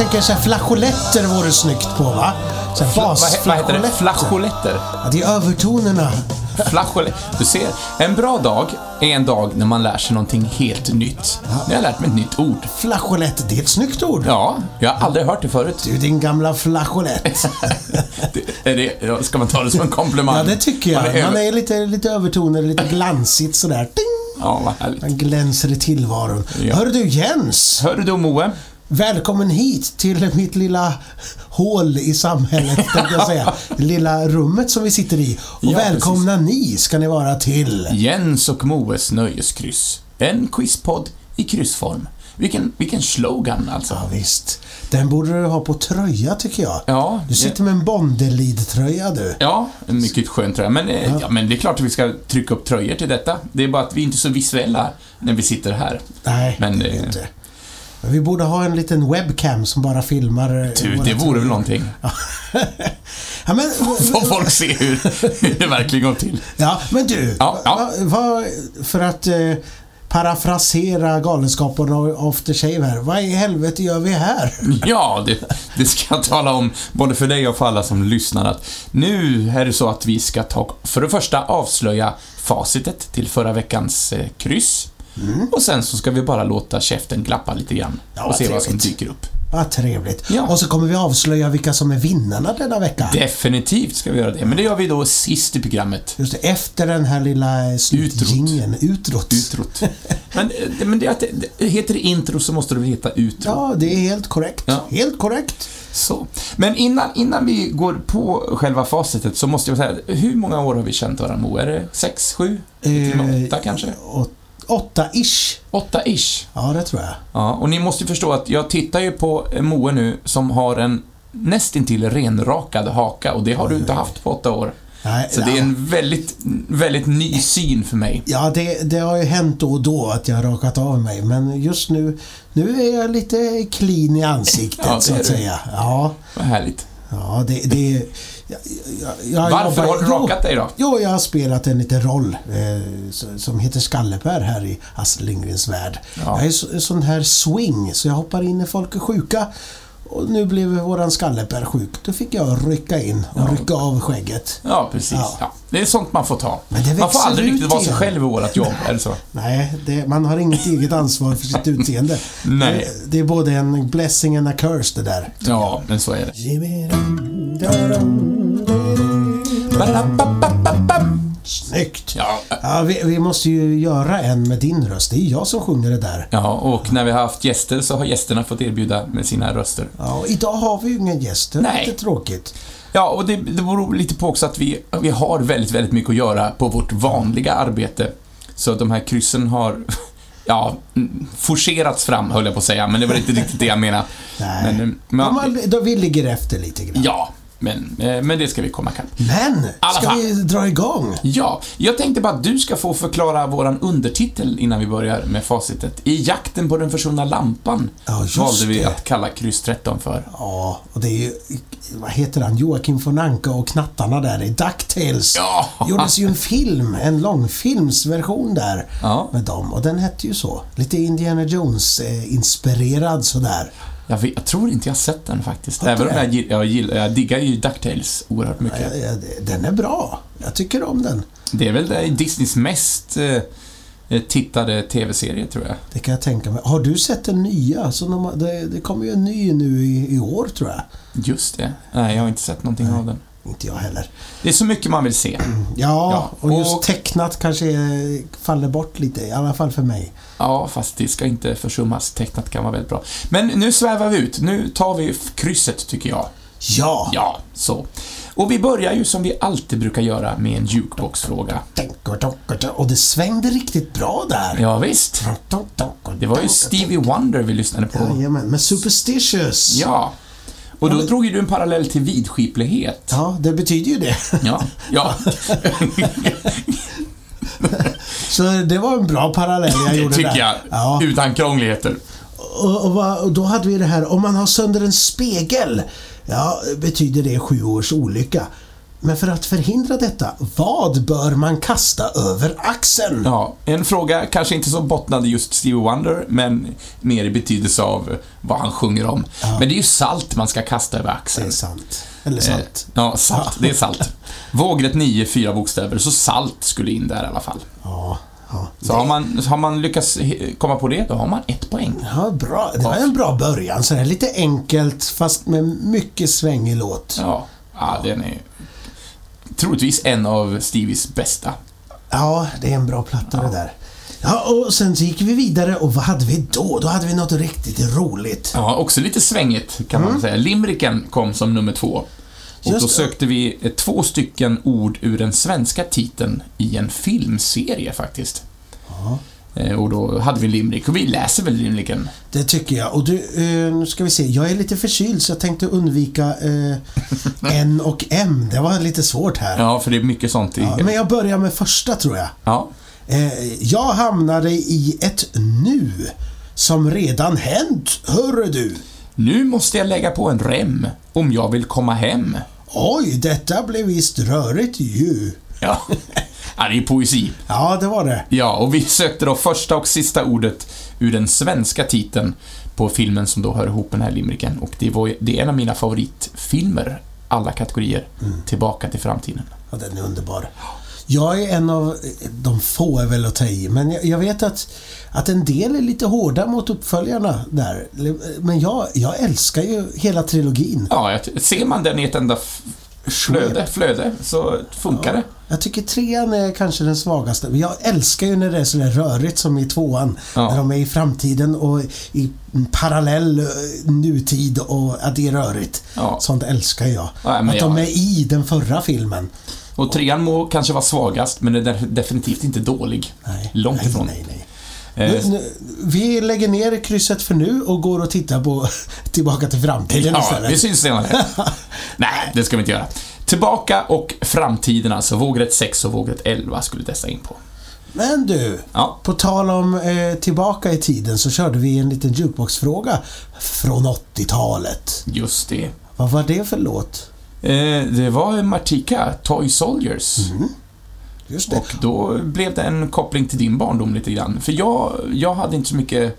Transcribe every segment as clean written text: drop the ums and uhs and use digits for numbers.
tänker så här, flageoletter vore snyggt på, va? Så här, vad heter det? Flageoletter? Ja, det är övertonerna. Du ser, en bra dag är en dag när man lär sig någonting helt nytt. Jag har lärt mig ett nytt ord. Flageolett, det är ett snyggt ord. Ja, jag har aldrig hört det förut. Du, din gamla flageolett. Ska man ta det som en komplimang? Ja, det tycker jag. Man är lite övertoner, lite glansigt sådär. Ding! Ja, vad härligt. Man glänser i tillvaron. Ja. Hör du, Jens? Hör du Moe? Välkommen hit till mitt lilla hål i samhället, tänkte jag säga. Det lilla rummet som vi sitter i. Och välkomna ni ska ni vara till Jens och Moes nöjeskryss. En quizpodd i kryssform. Vilken slogan alltså. Ja, visst. Den borde du ha på tröja, tycker jag. Ja, du sitter med en Bondelid-tröja, du. Ja, en mycket skön tröja. Men, men det är klart att vi ska trycka upp tröjor till detta. Det är bara att vi inte är så visuella när vi sitter här. Nej, men det är inte. Vi borde ha en liten webcam som bara filmar. Det vore väl någonting. Ja, men får folk se hur det verkligen går till. Ja, men du, för att parafrasera galenskapen av After Shave här. Vad i helvete gör vi här? Ja, det ska jag tala om både för dig och för alla som lyssnar, att nu är det så att vi ska för det första avslöja facitet till förra veckans kryss. Och sen så ska vi bara låta käften glappa lite grann och se vad som dyker upp. Vad trevligt. Ja. Och så kommer vi avslöja vilka som är vinnarna denna vecka. Definitivt ska vi göra det. Men det gör vi då sist i programmet. Just det, efter den här lilla slutjingeln. Utrot. Men det heter det intro, så måste det väl heta utro. Ja, det är helt korrekt. Ja. Helt korrekt. Så. Men innan vi går på själva facitet så måste jag säga, hur många år har vi känt varandra, Mo? Är det 6, 7? 8 kanske? 8-ish. 8-ish. Ja, det tror jag. Ja, och ni måste ju förstå att jag tittar ju på Moe nu som har en nästintill renrakad haka, och det har du inte haft på 8 år. Nej, så det är en väldigt, väldigt ny syn för mig. Ja, det har ju hänt då och då att jag har rakat av mig, men just nu är jag lite clean i ansiktet, så att säga. Ja. Vad härligt. Ja, det varför har du rakat dig då? Jo, jag har spelat en liten roll som heter Skallepär här i Astrid Lindgrens värld. Ja. Jag är sån här swing, så jag hoppar in när folk är sjuka. Och nu blev våran Skallepär sjuk. Då fick jag rycka in och rycka av skägget. Ja, precis. Ja. Det är sånt man får ta. Man får aldrig riktigt vara sig själv i vårat jobb, är det så? Nej, man har inget eget ansvar för sitt utseende. Nej. Det är både en blessing and a curse, det där. Ja, men så är det. Snyggt. Ja, vi måste ju göra en med din röst. Det är jag som sjunger det där. Ja, och när vi har haft gäster så har gästerna fått erbjuda med sina röster. Ja, och idag har vi ju ingen gäster. Nej. Lite tråkigt. Ja, och det beror lite på också att vi har väldigt, väldigt mycket att göra på vårt vanliga arbete. Så de här kryssen har forcerats fram, höll jag på att säga. Men det var inte riktigt det jag menar. Nej. Då vi ligger efter lite grann. Ja. Men det ska vi komma kan. Men, ska vi dra igång? Ja, jag tänkte bara att du ska få förklara våran undertitel innan vi börjar med facitet. I jakten på den försvunna lampan valde vi att kalla kryss 13 för. Ja, och det är ju, vad heter han? Joakim von Anka och knattarna där i DuckTales. Ja! Gjordes ju en långfilmsversion där med dem. Och den hette ju så. Lite Indiana Jones-inspirerad sådär. Jag tror inte jag sett den faktiskt. Även om jag diggar ju DuckTales oerhört mycket. Den är bra. Jag tycker om den. Det är väl Disneys mest tittade tv-serie, tror jag. Det kan jag tänka mig. Har du sett den nya? Så det kommer ju en ny nu i år, tror jag. Just det. Nej, jag har inte sett någonting av den. Inte jag heller. Det är så mycket man vill se. Ja, och just tecknat kanske faller bort lite, i alla fall för mig. Ja, fast det ska inte försummas. Tecknat kan vara väldigt bra. Men nu svävar vi ut. Nu tar vi krysset, tycker jag. Ja. Ja, så. Och vi börjar ju som vi alltid brukar göra med en jukebox-fråga. Och det svängde riktigt bra där. Ja, visst. Det var ju Stevie Wonder vi lyssnade på. Jajamän, med Superstitious. Ja. Och då drog ju du en parallell till vidskiplighet. Ja, det betyder ju det. Ja. Så det var en bra parallell jag gjorde där. Det tycker jag, utan krångligheter. Och då hade vi det här, om man har sönder en spegel, betyder det 7 års olycka. Men för att förhindra detta, vad bör man kasta över axeln? Ja, en fråga kanske inte så bottnade just Stevie Wonder, men mer i betydelse av vad han sjunger om. Ja. Men det är ju salt man ska kasta över axeln. Det är sant. Eller salt. Ja, salt. Det är salt. Vågrätt 9, 4 bokstäver, så salt skulle in där i alla fall. Ja. Så har man lyckats komma på det, då har man 1 poäng. Ja, bra. Det var en bra början. Så det är lite enkelt, fast med mycket svängig låt. Ja, den är troligtvis en av Stevies bästa. Ja, det är en bra platta det där. Ja, och sen så gick vi vidare, och vad hade vi då? Då hade vi något riktigt roligt. Ja, också lite svängigt kan man säga. Limericken kom som nummer 2. Och då sökte vi 2 stycken ord ur den svenska titeln i en filmserie faktiskt. Ja. Och då hade vi limerick, och vi läser väl limericken. Det tycker jag. Och du, nu ska vi se. Jag är lite förkyld, så jag tänkte undvika N och M. Det var lite svårt här. Ja, för det är mycket sånt i... Men jag börjar med första, tror jag. Ja. Jag hamnade i ett nu som redan hänt, hörru du. Nu måste jag lägga på en rem om jag vill komma hem. Oj, detta blev visst rörigt ju. Ja, det är poesi. Ja, det var det. Ja, och vi sökte då första och sista ordet ur den svenska titeln på filmen som då hör ihop den här limericken. Och det är en av mina favoritfilmer, alla kategorier, Tillbaka till framtiden. Ja, den är underbar. Jag är en av de få, är väl att ta i, men jag vet att en del är lite hårda mot uppföljarna där. Men jag älskar ju hela trilogin. Ja, ser man den i ett enda flöde så funkar det. Jag tycker 3:an är kanske den svagaste. Men jag älskar ju när det är så där rörigt som i 2:an. När de är i framtiden och i parallell nutid, och att det är rörigt. Sånt älskar jag. Att de är i den förra filmen. Och 3:an må kanske vara svagast, men den är definitivt inte dålig. Långt ifrån. Nej. Vi lägger ner krysset för nu och går och tittar på Tillbaka till framtiden istället. Ja, vi syns senare. Nej, det ska vi inte göra. Tillbaka och framtiden, alltså vågrätt 6 och vågrätt 11 skulle testa in på. Men du, på tal om tillbaka i tiden, så körde vi en liten jukeboxfråga från 80-talet. Just det. Vad var det för låt? Det var Martika, Toy Soldiers. Just det. Och då blev det en koppling till din barndom lite grann. För jag hade inte så mycket...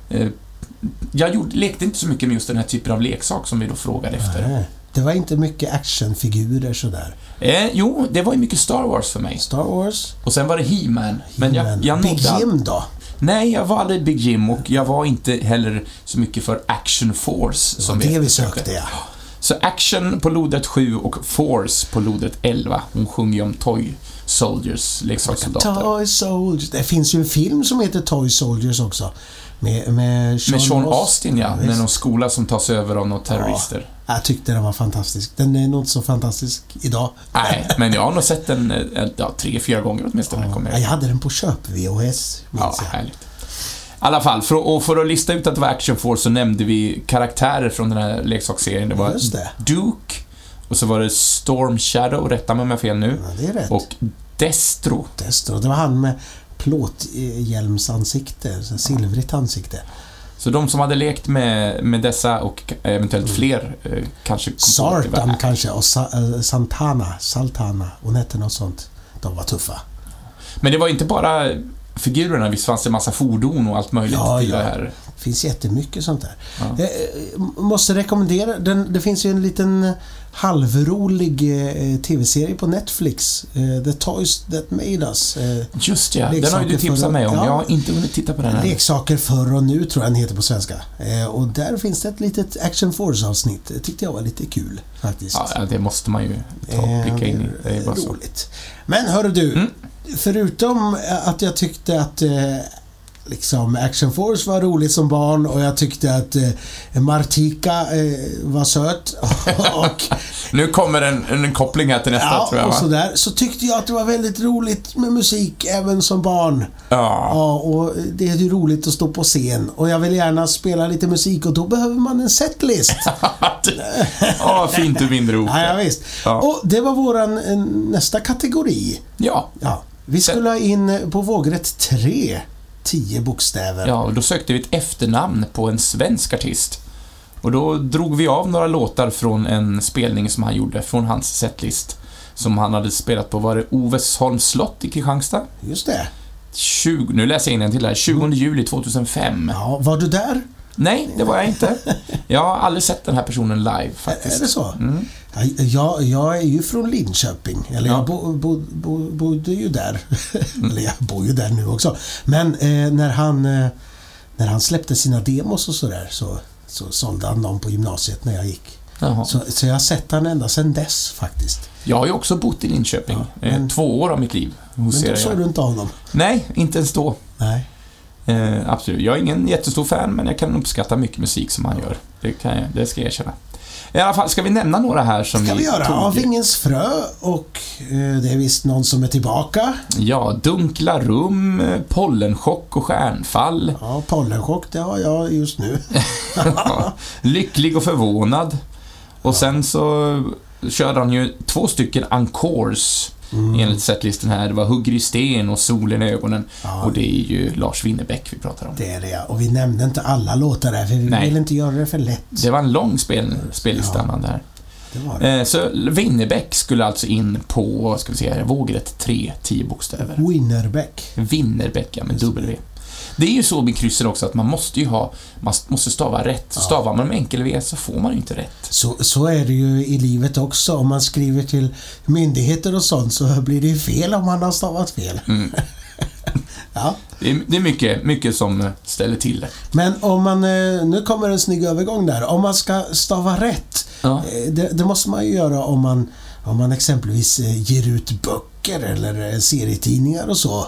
lekte inte så mycket med just den här typen av leksak som vi då frågade efter. Nej, det var inte mycket actionfigurer sådär. Jo, det var ju mycket Star Wars för mig. Star Wars. Och sen var det He-Man. Men jag Big Jim då? Nej, jag var aldrig Big Jim, och jag var inte heller så mycket för Action Force. Som vi sökte, ja. Så Action på lodrätt 7 och Force på lodrätt 11. Hon sjunger ju om Toy Soldiers, leksakssoldater. Toy Soldiers. Det finns ju en film som heter Toy Soldiers också. Med Sean Austin, när någon skola som tas över av några terrorister. Ja, jag tyckte den var fantastisk. Den är nog inte så fantastisk idag. Nej, men jag har nog sett den 3-4 gånger åtminstone. Jag hade den på köp-VHS. Härligt. I alla fall, för att lista ut att det var Action Force, så nämnde vi karaktärer från den här leksaksserien. Det var Duke, och så var det Storm Shadow, rätta mig om jag har fel nu. Ja, det är rätt. Och Destro, det var han med plåthjälmsansikte, så silvrigt ansikte. Så de som hade lekt med dessa och eventuellt fler kanske... Sartan kanske, och Saltana, och nätten och sånt. De var tuffa. Men det var inte bara figurerna, visst fanns det massa fordon och allt möjligt till det här. Det finns jättemycket sånt där. Jag måste rekommendera, det finns ju en liten halvrolig tv-serie på Netflix, The Toys That Made Us. Just ja, den har ju du tipsat mig om. Jag har inte hunnit titta på den här. Leksaker förr och nu, tror jag den heter på svenska. Och där finns det ett litet Action Force-avsnitt. Det tyckte jag var lite kul, faktiskt. Ja, det måste man ju ta och blicka in i. Det är bara roligt. Men hörru du, förutom att jag tyckte att liksom Action Force var roligt som barn, och jag tyckte att Martika var söt och nu kommer en koppling här till nästa, tror jag, och sådär, så tyckte jag att det var väldigt roligt med musik även som barn. Och det är ju roligt att stå på scen, och jag vill gärna spela lite musik, och då behöver man en setlist. Fint du vinner ihop. Ja, visst. Och det var våran nästa kategori. Ja. Vi skulle ha in på vågrätt 3 10 bokstäver. Ja, och då sökte vi ett efternamn på en svensk artist. Och då drog vi av några låtar från en spelning som han gjorde från hans setlist som han hade spelat på, var det Ovesholms slott i Kristianstad? Just det. Nu läser jag in till här. 20 juli 2005. Ja, var du där? Nej, det var jag inte. Jag har aldrig sett den här personen live faktiskt. Är det så? Jag är ju från Linköping. Eller jag bodde ju där. Eller jag bor ju där nu också. Men när han släppte sina demos och sådär så sålde han dem på gymnasiet när jag gick. Så jag har sett han ända sedan dess faktiskt. Jag har ju också bott i Linköping. 2 år av mitt liv. Men då såg du inte av dem? Nej, inte ens då. Nej. Absolut. Jag är ingen jättestor fan, men jag kan uppskatta mycket musik som han gör. Det ska jag erkänna. I alla fall, ska vi nämna några här som ska vi göra? tog? Ja, Vingens frö och det är visst någon som är tillbaka. Ja, Dunkla rum, Pollenchock och Stjärnfall. Ja, Pollenchock, det har jag just nu. Lycklig och förvånad. Och sen så körde han ju 2 stycken encores enligt setlisten här. Det var Hugger i sten och Solen i ögonen. Ja. Och det är ju Lars Winnerbäck vi pratar om. Det är det, ja. Och vi nämnde inte alla låtar där, för vi vill inte göra det för lätt. Det var en lång spellista där. Det var det. Så Winnerbäck skulle alltså in på, ska vi se, vågrätt 3, 10 bokstäver. Winnerbäck, ja, med W. Det är ju så med kryssen också att man måste stava rätt. Så stavar man med enkel V så får man ju inte rätt. Så är det ju i livet också. Om man skriver till myndigheter och sånt så blir det ju fel om man har stavat fel. Ja. Det är mycket som ställer till det. Men om man, nu kommer en snygg övergång där. Om man ska stava rätt, det måste man ju göra om man exempelvis ger ut böcker eller serietidningar och så.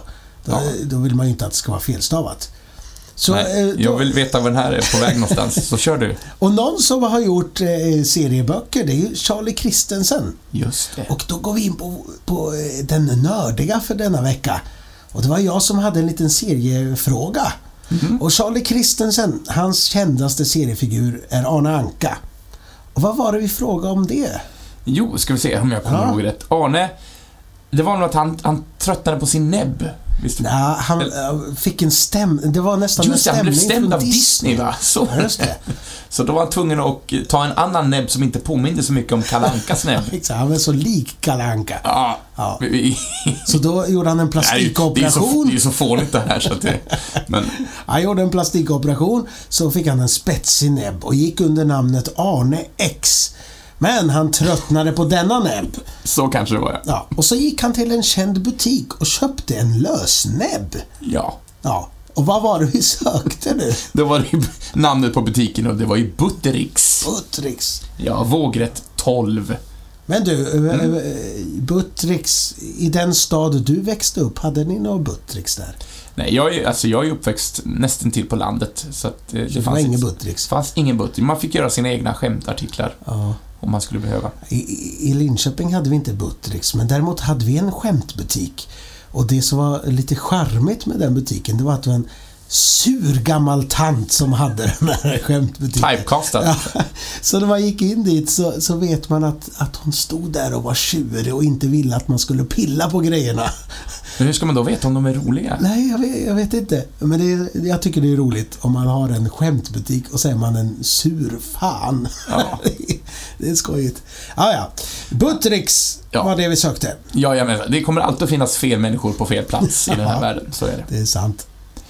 Då vill man ju inte att det ska vara felstavat. Så, jag vill veta var den här är på väg någonstans, så kör du. Och någon som har gjort serieböcker, det är ju Charlie Christensen. Just det. Och då går vi in på den nördiga för denna vecka. Och det var jag som hade en liten seriefråga. Och Charlie Christensen, hans kändaste seriefigur är Arne Anka. Och vad var det vi frågade om det? Jo, ska vi se om jag kommer ihåg rätt. Arne, det var nog att han tröttnade på sin näbb. Ja, han fick en det var nästan en stämning. Han blev stämd av Disney, va? Så. Just det. Så då var han tvungen att ta en annan näbb som inte påminner så mycket om Kalle Ankas näbb. Han var så lik Kalle Anka. Ja. Så då gjorde han en plastikoperation. Det är så fånigt det här så att men han gjorde en plastikoperation, så fick han en spetsig näbb och gick under namnet Arne X. Men han tröttnade på denna näbb. Så kanske det var, ja. Och så gick han till en känd butik och köpte en lösnäbb. Ja. Och vad var det vi sökte nu? Det var namnet på butiken och det var ju Buttericks. Ja, vågrätt 12. Men du, Buttericks, i den stad du växte upp, hade ni några Buttericks där? Nej, jag är uppväxt nästan till på landet, så att det fanns ingen Buttericks. Fanns ingen Buttericks. Man fick göra sina egna skämtartiklar. Ja. Om man skulle behöva. I Linköping hade vi inte Buttericks, men däremot hade vi en skämtbutik. Och det som var lite charmigt med den butiken, det var att det var en sur gammal tant som hade den här skämtbutiken. Typecastad. Ja, så när man gick in dit så vet man att hon stod där och var tjurig och inte ville att man skulle pilla på grejerna. Men hur ska man då veta om de är roliga? Nej, jag vet inte. Men jag tycker det är roligt om man har en skämtbutik och så är man en sur fan. Ja. Det är skojigt. Ja. Buttericks var det vi sökte. Ja, jag menar, det kommer alltid att finnas fel människor på fel plats i den här världen. Så är det. Det är sant.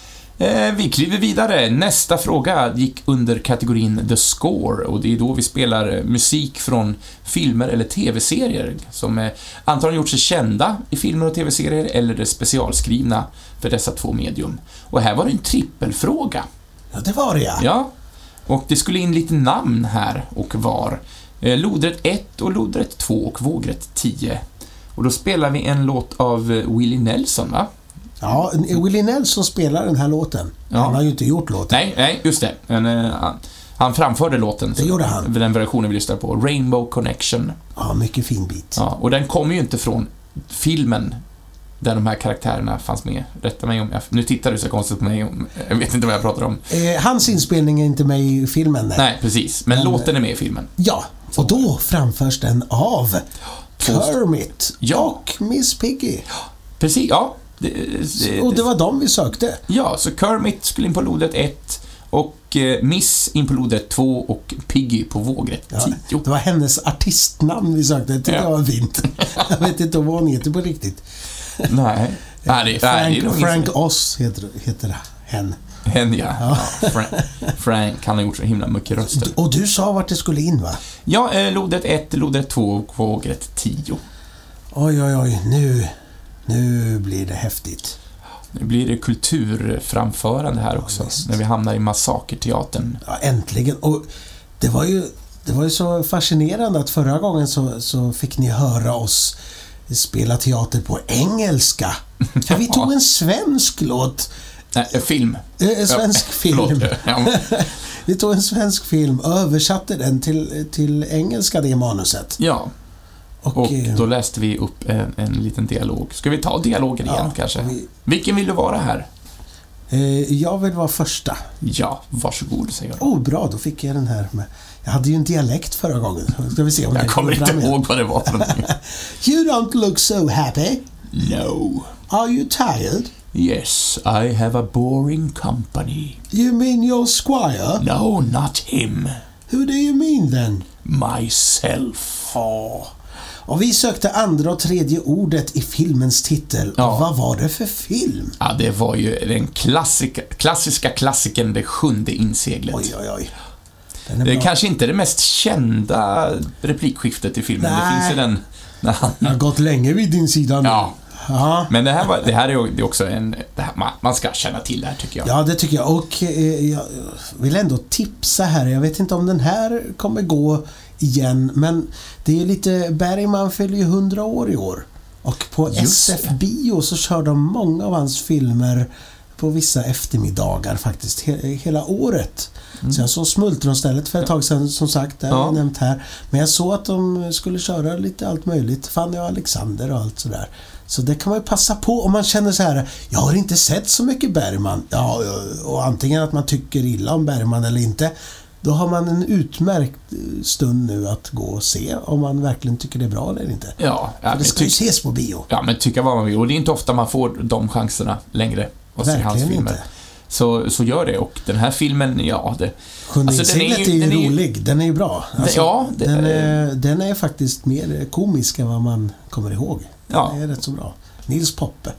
Vi kliver vidare. Nästa fråga gick under kategorin The Score, och det är då vi spelar musik från filmer eller tv-serier som antagligen gjort sig kända i filmer och tv-serier eller är specialskrivna för dessa 2 medium. Och här var det en trippelfråga. Ja, det var det, ja. Och det skulle in lite namn här och var. Lodrätt 1 och Lodrätt 2 och Vågrätt 10. Och då spelar vi en låt av Willie Nelson, va? Ja, Willie Nelson spelar den här låten. Ja. Han har ju inte gjort låten. Nej, just det. Men, han framförde låten. Det gjorde han. Den versionen vi lyssnar på. Rainbow Connection. Ja, mycket fin bit. Ja, och den kommer ju inte från filmen där de här karaktärerna fanns med. Rätta mig om nu tittar du så konstigt på mig. Jag vet inte vad jag pratar om. Hans inspelning är inte med i filmen. Nej, precis. Men låten är med i filmen. Ja, och då framförs den av Kermit och Miss Piggy. Precis, ja. Och det var dem vi sökte. Ja, så Kermit skulle in på Lodrätt 1 Och Miss in på lodrätt 2 och Piggy på vågrätt 10. Ja, det var hennes artistnamn vi sökte. Det tyckte jag var fint. Jag vet inte vad hon heter på riktigt. Nej. Frank Oz heter hen. Hen, ja. Frank, han har gjort så himla mycket röster. Och du sa vart det skulle in, va? Ja, lodrätt 1, lodrätt 2 och vågrätt 10. Oj, nu blir det häftigt. Nu blir det kulturframförande här också, när vi hamnar i Massakerteatern. Ja, äntligen. Och det var ju så fascinerande att förra gången så fick ni höra oss spela teater på engelska. För vi tog en svensk låt. Nej, film. Svensk film. Ja. Vi tog en svensk film och översatte den till engelska, det manuset. Ja. Och då läste vi upp en liten dialog. Ska vi ta dialogen igen kanske? Vilken vill du vara här? Jag vill vara första. Ja, varsågod, säger jag. Bra, då fick jag den här med. Jag hade ju en dialekt förra gången. Ska vi se om jag kommer inte ihåg vad det var för någonting. You don't look so happy. No. Are you tired? Yes, I have a boring company. You mean your squire? No, not him. Who do you mean then? Myself. Och vi sökte andra och tredje ordet i filmens titel. Ja. Och vad var det för film? Ja, det var ju den klassiska klassikern Det sjunde inseglet. Oj. Det är kanske inte det mest kända replikskiftet i filmen. Nej. Det finns ju den när han... Jag har gått länge vid din sida nu. Ja. Men det här är ju också man ska känna till det här, tycker jag. Ja, det tycker jag. Och jag vill ändå tipsa här. Jag vet inte om den här kommer gå igen, men det är lite... Bergman fyller ju 100 år i år. Och på SF Bio så kör de många av hans filmer på vissa eftermiddagar faktiskt, hela året. Så jag såg Smultronstället för ett tag sedan, som sagt, det har jag nämnt här. Men jag såg att de skulle köra lite allt möjligt. Fanny och Alexander och allt sådär. Så det kan man ju passa på om man känner så här: jag har inte sett så mycket Bergman. Ja, och antingen att man tycker illa om Bergman eller inte. Då har man en utmärkt stund nu att gå och se om man verkligen tycker det är bra eller inte. Ja, det ska ju ses på bio. Ja, men tycka vad man vill. Och det är inte ofta man får de chanserna längre att se hans filmer. Så gör det. Och den här filmen, Sjunde inseglet är ju rolig. Den är ju bra. Alltså, den är faktiskt mer komisk än vad man kommer ihåg. Den är rätt så bra. Nils Poppe.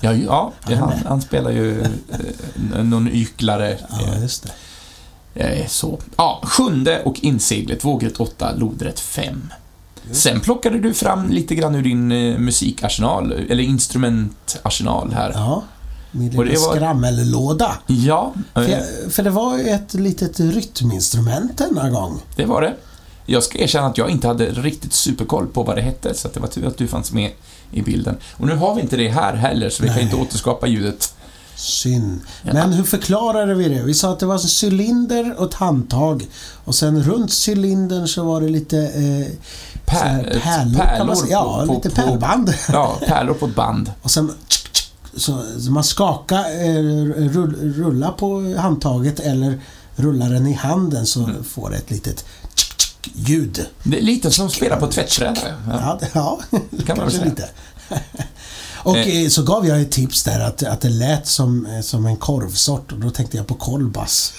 Han spelar ju någon yklare. Ja, just det. Så. Ja, sjunde och inseglet, vågrätt 8, lodrätt 5. Sen plockade du fram lite grann ur din musikarsenal, eller instrumentarsenal här. Ja, min lilla skrammellåda. Ja. För det var ju ett litet rytminstrument denna gång. Det var det. Jag ska erkänna att jag inte hade riktigt superkoll på vad det hette, så att det var tur att du fanns med i bilden. Och nu har vi inte det här heller, så vi kan inte återskapa ljudet. Synd. Men hur förklarade vi det? Vi sa att det var en cylinder och ett handtag. Och sen runt cylindern så var det lite pärlor. Lite pärlband. Ja, pärlor på ett band. Och sen så man skakar, rulla på handtaget eller rullar den i handen, så får det ett litet ljud. Det är lite som spelar på tvättbräda. Ja, kan man säga. Lite. Och så gav jag ett tips där att det lät som en korvsort, och då tänkte jag på kolbas.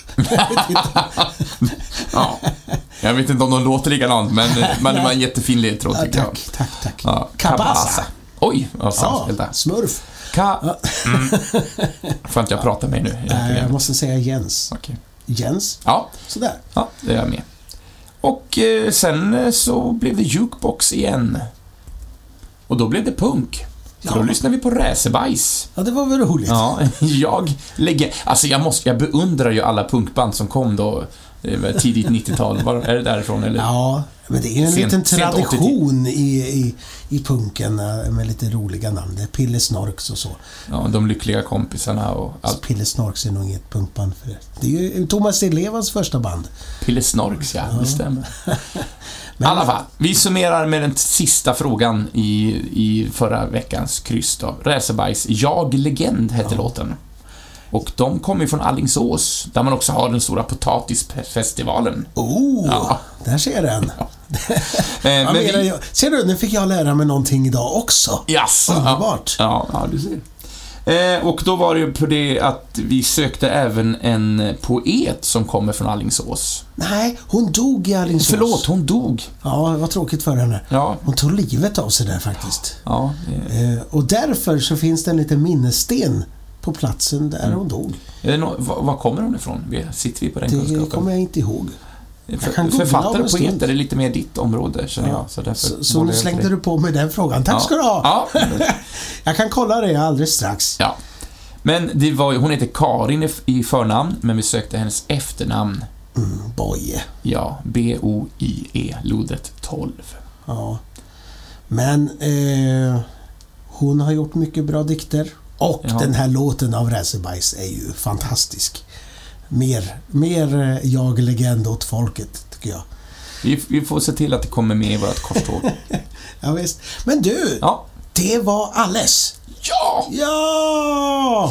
Jag vet inte om de låter likadant, men det var en jättefin ledtråd, tycker jag. Tack. Ja, kabasa. Oj, smurf. Får inte jag prata med nu? Jag måste säga Jens. Okay. Jens? Ja. Sådär. Ja, det är jag med. Och sen så blev det jukebox igen. Och då blev det punk. Då lyssnar vi på Räsebajs. Ja, det var väl roligt. Ja, jag beundrar ju alla punkband som kom då tidigt 90-tal. Är det därifrån eller? Ja, men det är ju en liten tradition i punken med lite roliga namn. Det är Pille Snorks och så. Ja, de lyckliga kompisarna och allt. Pille Snorks är nog inget punkband för det. Det är ju Thomas Di Levans första band. Pille Snorks, det stämmer. Men i alla fall, vi summerar med den sista frågan i förra veckans kryss då. Räsebajs Jag Legend hette låten. Och de kommer från Alingsås, där man också har den stora potatisfestivalen. Där ser den. Ser du, nu fick jag lära mig någonting idag också. Jaså. Underbart. Ja, du ser. Och då var det ju på det att vi sökte även en poet som kommer från Alingsås. Nej, hon dog i Alingsås. Förlåt, hon dog. Ja, det var tråkigt för henne. Ja. Hon tog livet av sig där faktiskt. Ja. Och därför så finns det en liten minnessten på platsen där hon dog. Var kommer hon ifrån? Sitter vi på den kunskapen? Det kommer jag inte ihåg. Författare och poeter är lite mer ditt område, känner jag. Så nu slängde du på mig den frågan. Tack ska du ha. Ja. Jag kan kolla det alldeles strax. Ja. Men hon heter Karin i förnamn, men vi sökte hennes efternamn. Boye. Ja, B-O-I-E, Lodet 12. Ja. Men hon har gjort mycket bra dikter. Och den här låten av Räsebajs är ju fantastisk. Mer jag legend åt folket, tycker jag. Vi får se till att det kommer med i vårt korståg. Ja, visst. Men du, det var alles. Ja! Ja!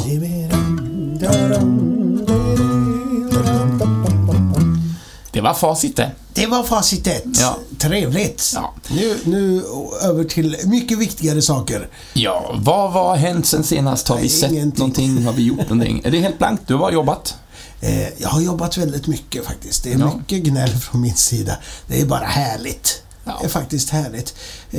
Det var facitet. Det var facitet. Ja. Trevligt. Ja. Nu över till mycket viktigare saker. Ja, vad har hänt sen senast? Har vi sett någonting? Har vi gjort någonting? Är det helt blankt? Du har jobbat? Jag har jobbat väldigt mycket faktiskt. Det är mycket gnäll från min sida. Det är bara härligt. Ja. Det är faktiskt härligt.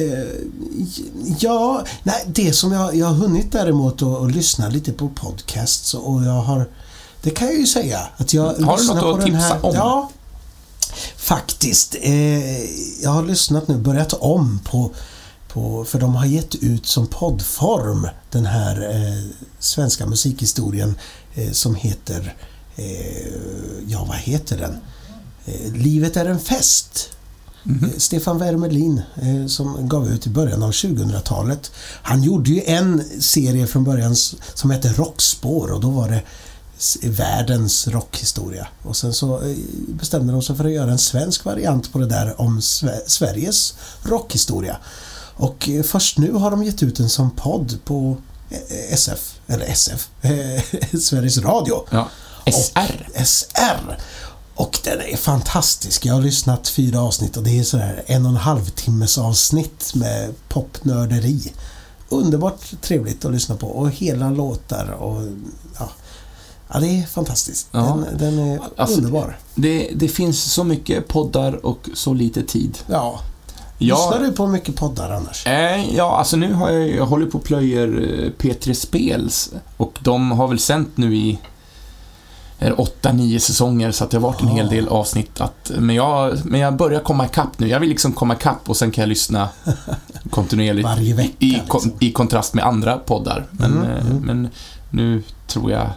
Det som jag har hunnit däremot och lyssna lite på podcasts och jag har, det kan jag ju säga att jag har du något att tipsa om? Ja, faktiskt. Jag har lyssnat nu, börjat om på för de har gett ut som poddform den här svenska musikhistorien som heter vad heter den? Livet är en fest. Stefan Wermelin som gav ut i början av 2000-talet. Han gjorde ju en serie från början som hette Rockspår och då var det världens rockhistoria. Och sen så bestämde de sig för att göra en svensk variant på det där om Sveriges rockhistoria. Och först nu har de gett ut en som podd på Sveriges Radio. Ja. SR. Och den är fantastisk. Jag har lyssnat 4 avsnitt och det är sådär 1,5 timmes avsnitt med popnörderi. Underbart trevligt att lyssna på och hela låtar och ja, det är fantastiskt. Den är underbar. Det finns så mycket poddar och så lite tid. Ja. Lyssnar du på mycket poddar annars? Ja, alltså nu har jag håller på och plöjer P3 Spels och de har väl sänt nu i 8-9 säsonger så att det har varit en hel del avsnitt men jag börjar komma ikapp nu. Jag vill liksom komma ikapp och sen kan jag lyssna kontinuerligt varje vecka i kontrast med andra poddar. Men nu tror jag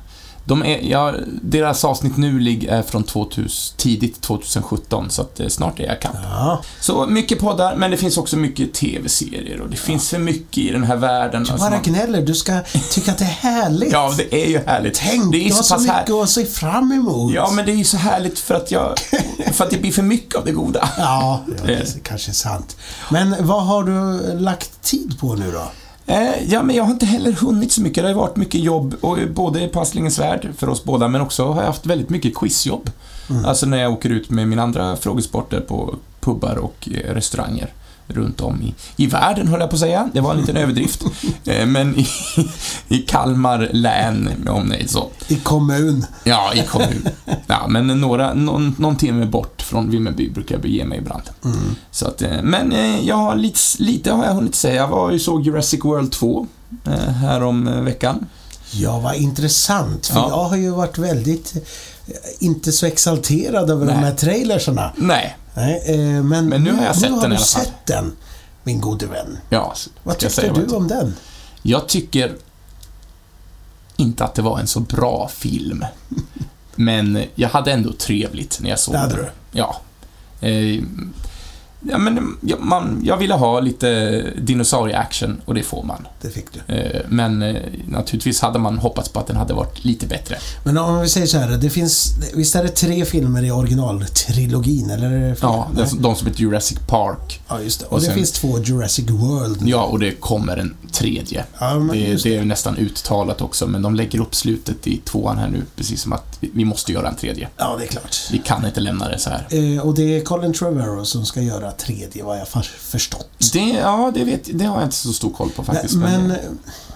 deras avsnitt nu är från tidigt 2017 så att snart är jag ikapp. Ja. Så mycket poddar, men det finns också mycket tv-serier och det finns för mycket i den här världen. Du bara gnäller, du ska tycka att det är härligt. Ja, det är ju härligt. Tänk, det är du har så mycket att se fram emot. Ja, men det är ju så härligt för att det blir för mycket av det goda. Ja, det är kanske sant. Men vad har du lagt tid på nu då? Men jag har inte heller hunnit så mycket. Det har varit mycket jobb och både på Astlingens värld för oss båda, men också har jag haft väldigt mycket quizjobb. Alltså när jag åker ut med mina andra frågesporter på pubbar och restauranger runt om i världen, höll jag på att säga. Det var en liten överdrift. Men i Kalmar län, om det är så. I kommun. Ja, i kommun. Ja, men någon timme bort från Vimmerby brukar jag bege mig ibland. Så att, men jag har lite har jag hunnit säga. Jag var ju såg Jurassic World 2 här om veckan. Ja, vad intressant. För jag har ju varit väldigt inte så exalterad över de här trailersarna. Nej. Men nu har jag sett den i alla fall. Sett den, min gode vän. Ja, vad tyckte du om den? Jag tycker inte att det var en så bra film. Men jag hade ändå trevligt när jag såg den. Ja. Ja, men jag ville ha lite dinosaurie-action och det får man. Det fick du. Men naturligtvis hade man hoppats på att den hade varit lite bättre. Men om vi säger så här, visst är det 3 filmer i originaltrilogin, eller är det fler? Ja, de som heter Jurassic Park. Ja, just det. Och det finns 2 Jurassic World. Ja, och det kommer en 3. Ja, det är nästan uttalat också, men de lägger upp slutet i 2:an här nu, precis som att vi måste göra en 3. Ja, det är klart. Vi kan inte lämna det så här. Och det är Colin Trevorrow som ska göra 3, vad jag förstått. Det har jag inte så stor koll på faktiskt.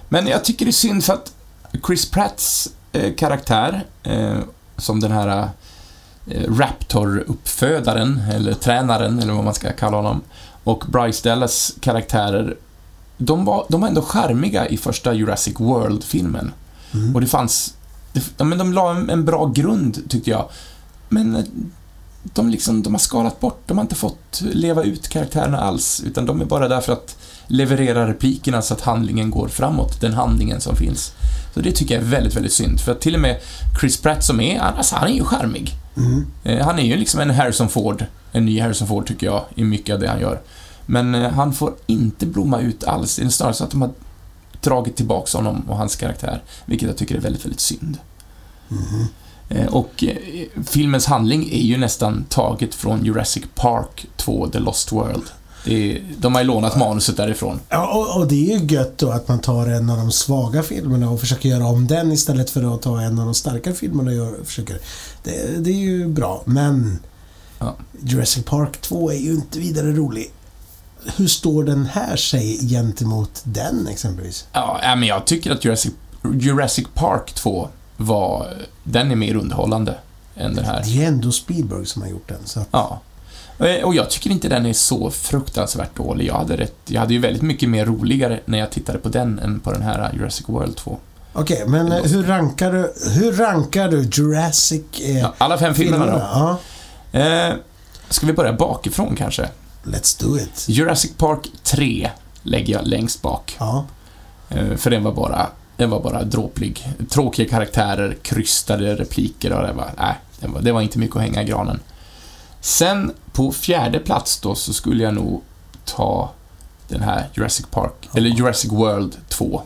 Men jag tycker det är synd för att Chris Pratts karaktär, som den här Raptor-uppfödaren, eller tränaren, eller vad man ska kalla honom, och Bryce Dallas karaktärer, de var ändå charmiga i första Jurassic World-filmen. Och det fanns... de la en bra grund, tyckte jag. Men de har skalat bort. De har inte fått leva ut karaktärerna alls, utan de är bara där för att leverera replikerna så att handlingen går framåt, den handlingen som finns. Så det tycker jag är väldigt, väldigt synd. För att till och med Chris Pratt som är, alltså han är ju charmig. Han är ju liksom en ny Harrison Ford tycker jag, i mycket av det han gör. Men han får inte blomma ut alls. Det är snarare så att de har dragit tillbaka honom och hans karaktär, vilket jag tycker är väldigt, väldigt synd. Och filmens handling är ju nästan taget från Jurassic Park 2, The Lost World. De har ju lånat manuset därifrån. Ja, och det är ju gött då att man tar en av de svaga filmerna och försöker göra om den istället för att ta en av de starka filmerna och försöker. Det är ju bra, men Jurassic Park 2 är ju inte vidare rolig. Hur står den här sig gentemot den exempelvis? Ja, men jag tycker att Jurassic Park 2 den är mer underhållande än den här. Det är ändå Spielberg som har gjort den. Så att... Ja. Och jag tycker inte den är så fruktansvärt dålig. Jag hade ju väldigt mycket mer roligare när jag tittade på den än på den här Jurassic World 2. Okej, men hur rankar du Jurassic... alla 5 filmerna då? Ja. Ska vi börja bakifrån kanske? Let's do it. Jurassic Park 3 lägger jag längst bak. Ja. För den var bara dråplig. Tråkiga karaktärer, krystade repliker och det var inte mycket att hänga i granen. Sen på 4:e plats då så skulle jag nog ta den här Jurassic Park, eller Jurassic World 2.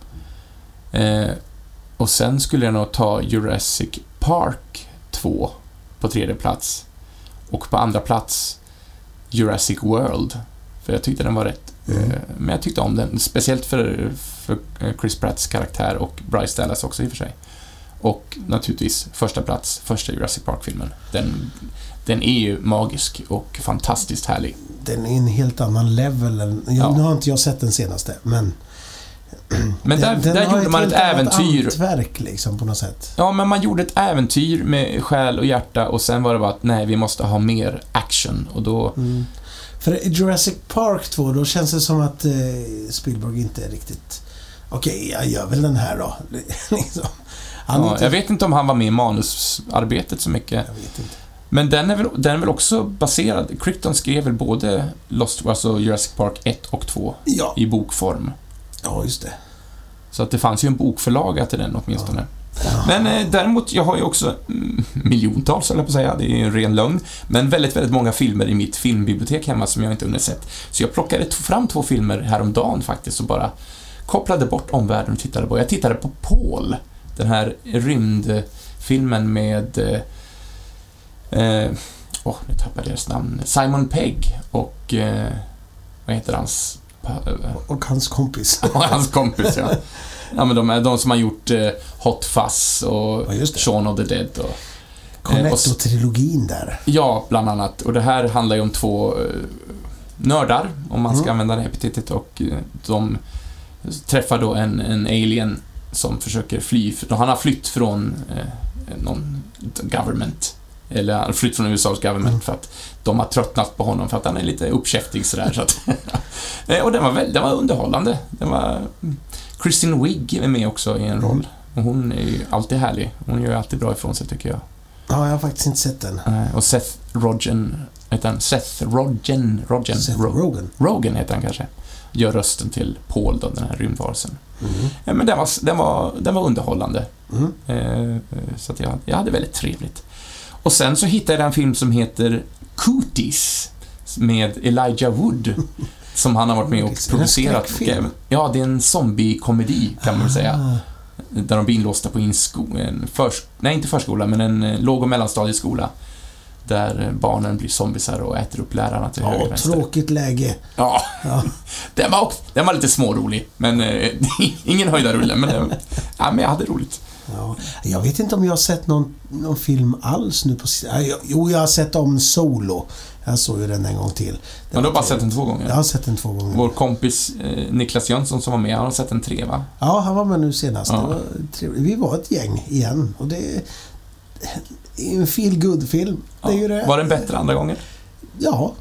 Och sen skulle jag nog ta Jurassic Park 2 på 3:e plats. Och på 2:a plats Jurassic World. För jag tyckte den var rätt. Men jag tyckte om den. Speciellt för Chris Pratts karaktär och Bryce Dallas också i och för sig. Och naturligtvis första Jurassic Park-filmen. Den är ju magisk och fantastiskt härlig. Den är en helt annan level. Nu har inte jag sett den senaste, men där gjorde man ett äventyr. Antverk liksom på något sätt. Ja, men man gjorde ett äventyr med själ och hjärta och sen var det bara att nej, vi måste ha mer action och då... För Jurassic Park 2, då känns det som att Spielberg inte är riktigt... Okej, jag gör väl den här då. Liksom. Jag vet inte om han var med i manusarbetet så mycket. Jag vet inte. Men den är väl också baserad... Crichton skrev väl både alltså Jurassic Park 1 och 2 i bokform. Ja, just det. Så att det fanns ju en bokförlaga till den åtminstone. Ja. Men däremot, jag har ju också miljontals, eller på att säga, det är ju en ren lögn, men väldigt, väldigt många filmer i mitt filmbibliotek hemma som jag inte hunnit sett. Så jag plockade fram 2 filmer häromdagen faktiskt och bara kopplade bort omvärlden och tittade på. Jag tittade på Paul, den här rymdfilmen med nu tappade jag deras namn. Simon Pegg och vad heter hans... Och hans kompis. Och hans kompis, ja. Ja, men de som har gjort Hot Fuzz och Shaun of the Dead och Cornetto-trilogin där. Ja, bland annat. Och det här handlar ju om 2 nördar, om man ska använda det epitetet, och de träffar då en alien som försöker fly. Han har flytt från någon government, eller han har flytt från USAs government för att de har tröttnat på honom för att han är lite uppkäftig sådär, så att och den var underhållande. Kristen Wiig är med också i en roll. Och hon är ju alltid härlig. Hon gör ju alltid bra ifrån sig, tycker jag. Ja, jag har faktiskt inte sett den. Och Seth Rogen heter han kanske. Gör rösten till Paul då, den här rymdvarelsen. Men den var underhållande. Så att jag hade väldigt trevligt. Och sen så hittade jag en film som heter Cooties med Elijah Wood. Som han har varit med och producerat. Ja, det är en zombie-komedi kan man väl säga. Där de blir inlåsta på inte förskola, men en låg- och mellanstadieskola. Där barnen blir zombisar och äter upp lärarna till höger och vänster. Tråkigt läge. Ja. Den var lite smårolig. Men ingen höjdarrulle. Men jag hade roligt. Ja, jag vet inte om jag har sett någon film alls nu på... Jo, jag har sett om Solo. Jag såg ju den en gång till. Men du har bara sett den 2 gånger? Jag har sett den 2 gånger. Vår kompis Niklas Jönsson som var med, han har sett den 3, va? Ja, han var med nu senast. Ja. Det var trevligt. Vi var ett gäng igen. Och det är en feel-good-film. Ja. Det är ju det. Var den bättre andra gången? Ja.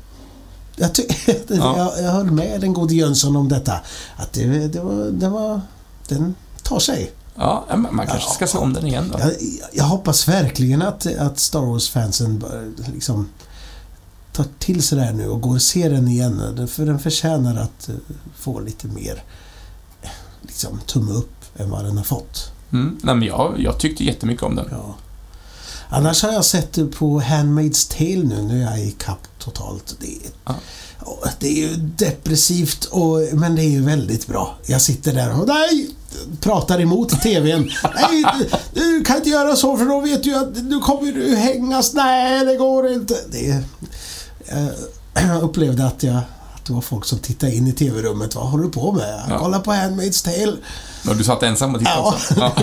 Jag höll med den gode Jönsson om detta. Att den tar sig. Ja, man kanske ska se om den igen då. Jag hoppas verkligen att Star Wars-fansen liksom tar till sig det här nu och går och ser den igen. För den förtjänar att få lite mer liksom, tumme upp än vad den har fått. Nej, men jag tyckte jättemycket om den. Ja. Annars har jag sett det på Handmaid's Tale nu. Nu är jag i kapp totalt. Det är ju depressivt, men det är ju väldigt bra. Jag sitter där och pratar emot tvn. Nej, du kan inte göra så för då vet du att du kommer du hängas. Nej, det går inte. Jag upplevde att det var folk som tittade in i tv-rummet. Vad håller du på med? Jag kollar på Handmaid's Tale. Och du satt ensam och tittade också? Ja.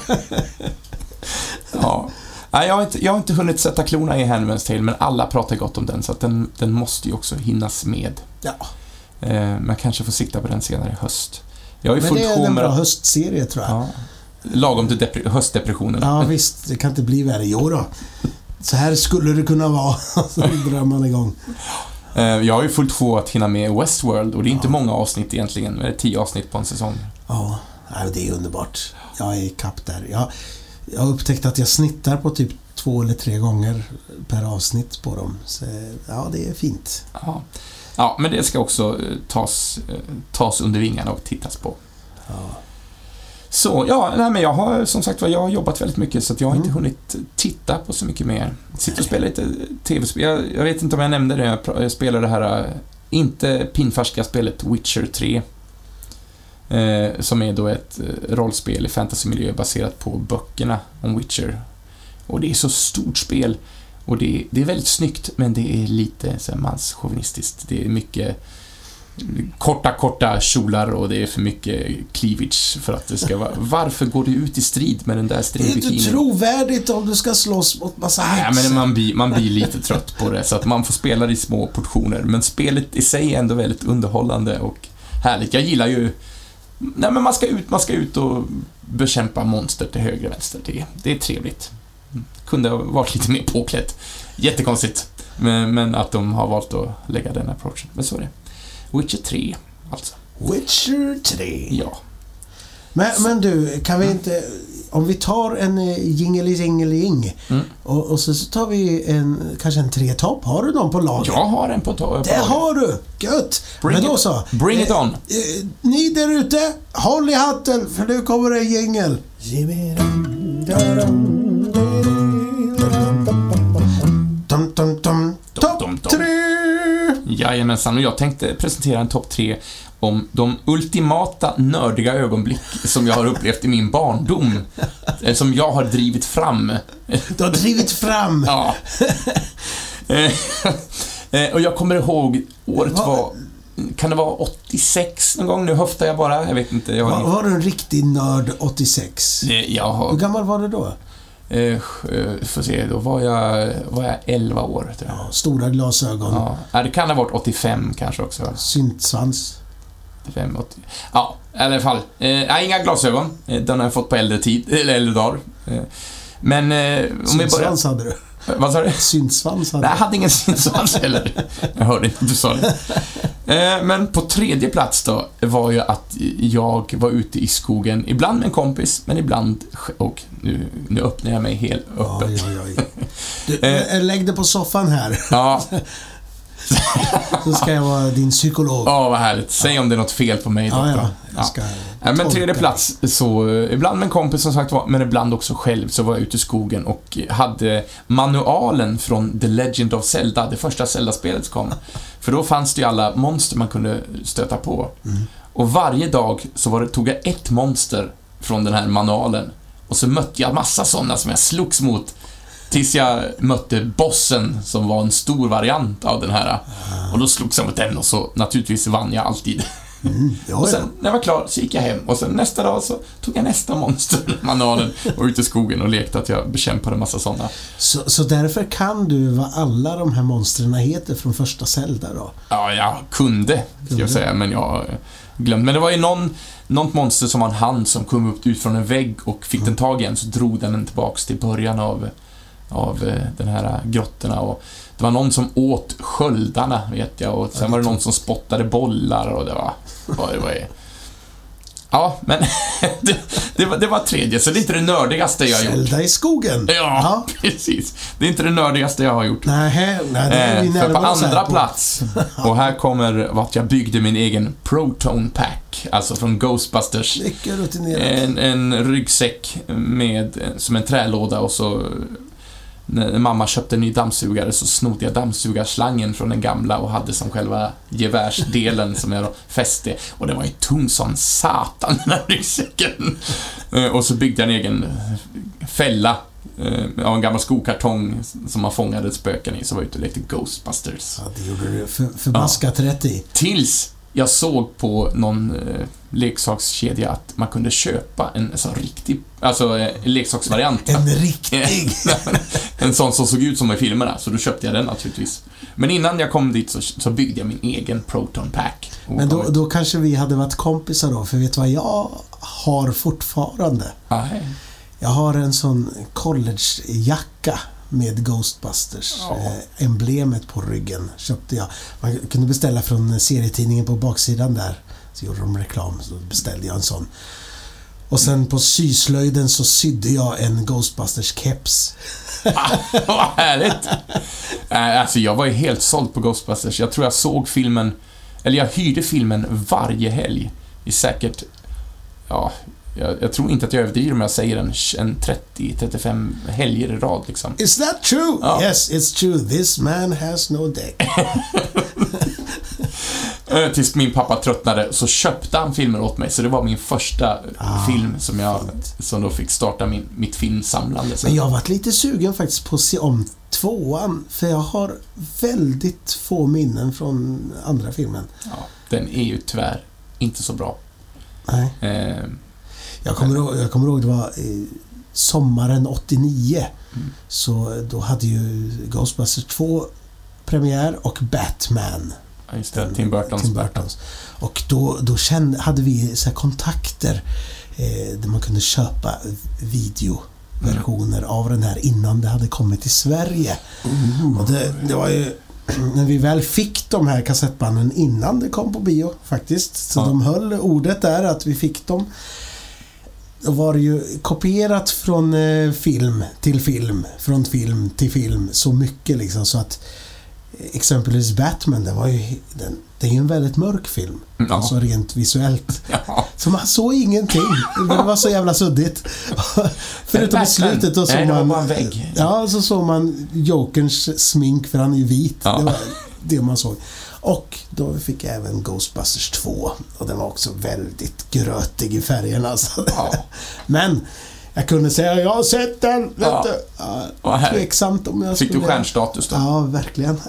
Ja. Nej, jag har inte hunnit sätta klorna i Handmaid's Tale, men alla pratar gott om den, så att den måste ju också hinnas med. Ja. Man kanske får sikta på den senare i höst. Jag har ju men det är en bra höstserie, tror jag. Ja. Lagom till höstdepressionen. Ja, visst. Det kan inte bli värre i år då. Så här skulle det kunna vara. Så drar man igång. Jag har ju fullt sjå att hinna med Westworld, och det är inte många avsnitt egentligen. Det är 10 avsnitt på en säsong. Ja, det är underbart. Jag är i kapp där. Jag har upptäckt att jag snittar på typ 2 eller 3 gånger per avsnitt på dem. Så ja, det är fint. Ja, men det ska också tas under vingarna och tittas på. Ja. Så, men jag har som sagt jag har jobbat väldigt mycket, så att jag har inte hunnit titta på så mycket mer. Sitter och spelar lite tv-spel. Jag vet inte om jag nämnde det. Jag spelar det här inte pinfärska spelet Witcher 3. Som är då ett rollspel i fantasymiljö baserat på böckerna om Witcher. Och det är så stort spel, och det är väldigt snyggt, men det är lite så här manschauvinistiskt. Det är mycket korta kjolar, och det är för mycket cleavage för att det ska vara. Varför går du ut i strid med den där stridbikinin? Det är inte trovärdigt om du ska slåss mot massa häxor. Ja, men man blir lite trött på det, så att man får spela det i små portioner. Men spelet i sig är ändå väldigt underhållande och härligt. Jag gillar ju men man ska ut och bekämpa monster till höger och vänster. Det är trevligt. Kunde ha varit lite mer påklätt. Jättekonstigt. Men att de har valt att lägga den approachen. Men så är det. Witcher 3, alltså. Witcher 3. Ja. Men du, kan vi inte... Om vi tar en jingeli-jingeli-jing och så tar vi kanske en 3-topp. Har du någon på lager? Jag har en på lager. Det har du! Gött! Men då så. Bring it on! Ni där ute, håll i hatten, för nu kommer en jingel. Topp 3! Jajamensan, och jag tänkte presentera en topp 3 om de ultimata nördiga ögonblick som jag har upplevt i min barndom. Som jag har drivit fram. Du har drivit fram? Ja. Och jag kommer ihåg, året var... Kan det vara 86 någon gång? Nu höftar jag bara, jag vet inte. Var du en riktig nörd 86? Hur gammal var du då? Får se, då var jag 11 år. Tror jag. Ja, stora glasögon. Ja, det kan ha varit 85 kanske också. Syntsvans. 85, 80. Ja, i alla fall. Inga glasögon. Den har jag fått på äldre dagar. Men om vi börjar... Syntsvans hade du. Vad sa du? Syntsvans hade du. Nej, jag hade ingen syntsvans heller. Jag hörde inte att du sa det. Men på 3:e plats då var ju att jag var ute i skogen, ibland med en kompis, men ibland, och nu öppnar jag mig helt öppet. Oj. Du, lägg dig på soffan här. Ja. Så ska jag vara din psykolog. Ja, vad härligt. Säg om det är något fel på mig. Men 3:e plats, så ibland med en kompis som sagt var, men ibland också själv, så var jag ute i skogen och hade manualen från The Legend of Zelda, det första Zelda-spelet som kom. För då fanns det ju alla monster man kunde stöta på. Och varje dag så tog jag ett monster från den här manualen, och så mötte jag massa sådana som jag slogs mot, tills jag mötte bossen som var en stor variant av den här. Och då slogs jag mot den, och så naturligtvis vann jag alltid. Och sen när jag var klar så gick jag hem. Och sen nästa dag så tog jag nästa monstermanualen och ut i skogen och lekte att jag bekämpade en massa sådana. Så därför kan du vad alla de här monstren heter från första Zelda då? Ja, jag kunde jag säga, men jag glömde. Men det var ju något monster som var en hand som kom upp ut från en vägg och fick den tag igen, så drog den tillbaks till början av den här grottorna, och det var någon som åt sköldarna, vet jag, och sen var det någon som spottade bollar, och det var ja, men det var tredje, så det är inte det nördigaste jag har gjort. Zelda i skogen. Ja, precis. Det är inte det nördigaste jag har gjort. Nej, det är vi för på andra plats, och här kommer vad jag byggde min egen Proton Pack, alltså från Ghostbusters. En ryggsäck som en trälåda, och så när mamma köpte en ny dammsugare så snodde jag dammsugarslangen från den gamla och hade som själva gevärsdelen som jag då fäste, och det var ju tung som satan, den här ryggsäcken. Och så byggde jag en egen fälla av en gammal skokartong som man fångade spöken i, så var jag ute och lekte Ghostbusters. Ja, det gjorde du förbaskat rätt i. Tills jag såg på någon leksakskedja att man kunde köpa en sån riktig, alltså leksaksvariant. En riktig? En sån som såg ut som i filmerna, så då köpte jag den naturligtvis. Men innan jag kom dit så byggde jag min egen Proton Pack. Men då kanske vi hade varit kompisar då, för vet du vad jag har fortfarande? Nej. Jag har en sån collegejacka med Ghostbusters emblemet på ryggen, köpte jag. Man kunde beställa från serietidningen på baksidan där, så gjorde de reklam, så beställde jag en sån. Och sen på syslöjden så sydde jag en Ghostbusters keps. Vad härligt. Alltså jag var ju helt såld på Ghostbusters. Jag tror jag såg filmen, eller jag hyrde filmen varje helg i säkert, ja, jag tror inte att jag överdriver om jag säger en 30-35 helger i rad liksom. Is that true? Ja. Yes, it's true. This man has no deck. Tills min pappa tröttnade så köpte han filmer åt mig, så det var min första film som då fick starta mitt filmsamlande. Men jag har varit lite sugen faktiskt på att se om 2:an, för jag har väldigt få minnen från andra filmen. Ja, den är ju tyvärr inte så bra. Nej. Jag kommer ihåg det var sommaren 89. Så då hade ju Ghostbusters 2 premiär och Batman. Ja, just det, Tim Burtons. Och då hade vi så här kontakter där man kunde köpa videoversioner av den här innan det hade kommit till Sverige. Och det var ju när vi väl fick de här kassettbanden innan det kom på bio faktiskt. Så de höll ordet där att vi fick dem. Då var det ju kopierat från film till film, från film till film, så mycket liksom, så att exempelvis Batman, det är ju en väldigt mörk film, alltså rent visuellt. Ja. Så man såg ingenting. Det var så jävla suddigt. Förutom i slutet då såg man en vägg. Ja, så såg man Jokerns smink, för han är ju vit. Ja. Det var det man såg. Och då fick jag även Ghostbusters 2, och den var också väldigt grötig i färgerna. Ja. Men jag kunde säga, jag har sett den. Tveksamt om jag fick du stjärnstatus då? Ja, verkligen.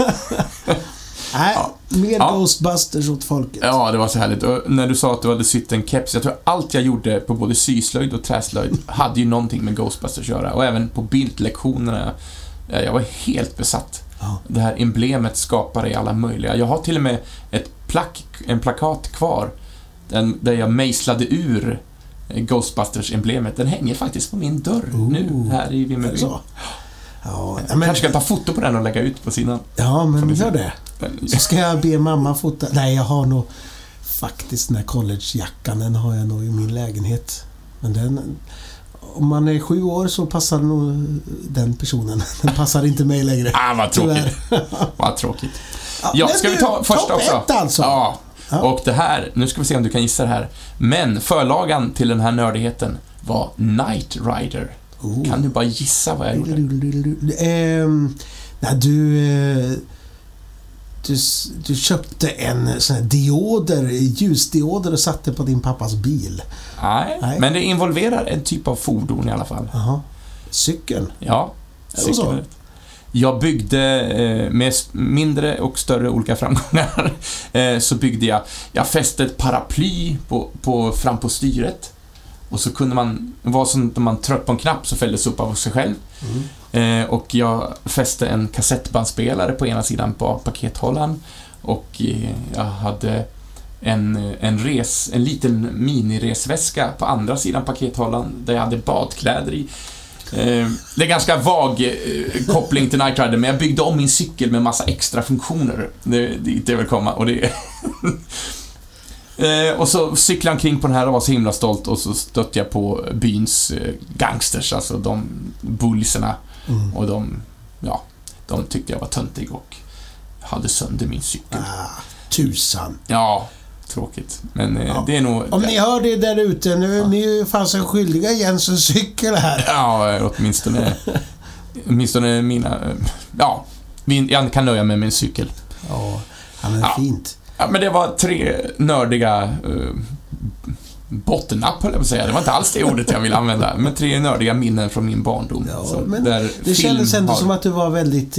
Nej, mer Ghostbusters åt folket. Ja, det var så härligt. Och när du sa att du hade sytt en keps, jag tror allt jag gjorde på både syslöjd och träslöjd hade ju någonting med Ghostbusters att göra. Och även på bildlektionerna, jag var helt besatt. Det här emblemet skapar i alla möjliga. Jag har till och med en plakat kvar där jag mejslade ur Ghostbusters-emblemet. Den hänger faktiskt på min dörr nu här i Vimmerby. Ja, kanske ska ta foto på den och lägga ut på sidan. Ja, men gör det. Så ska jag be mamma fota. Nej, jag har nog faktiskt den här collegejackan, den har jag nog i min lägenhet. Men den, om man är 7 år så passar nog den personen. Den passar inte mig längre. Vad tråkigt. Vad tråkigt. Ja, ska vi ta första också? Topp 1 alltså. Ja. Och det här, nu ska vi se om du kan gissa det här. Men förlagan till den här nördigheten var Knight Rider. Kan du bara gissa vad jag gjorde? Nej, du köpte en sån här ljusdioder och satte på din pappas bil. Nej, men det involverar en typ av fordon i alla fall. Jaha. Cykeln? Ja, cykeln. Jag byggde med mindre och större olika framgångar så byggde jag fäste ett paraply fram på styret och så kunde man vara som när man tryckte på en knapp så fälldes upp av sig själv. Och jag fäste en kassettbandspelare på ena sidan på pakethållaren och jag hade en liten miniresväska på andra sidan pakethållaren där jag hade badkläder i. Det är ganska vag koppling till Knight Rider, men jag byggde om min cykel med massa extra funktioner. Det vill komma och det och så cyklade jag omkring på den här och var så himla stolt och så stötte jag på byns gangsters, alltså de bullserna och de tyckte jag var töntig och hade sönder min cykel. Tusan. Ja, tråkigt. Men det är nog... Om ni hör det där ute, nu är ni ju fasen skyldiga Jensens cykel här. Ja, åtminstone mina... Ja, jag kan nöja mig med min cykel. Ja, men fint. Ja, men det var 3 nördiga bottennapp, höll jag på att säga. Det var inte alls det ordet jag ville använda. Men 3 nördiga minnen från min barndom. Ja, så, men det kändes ändå som att du var väldigt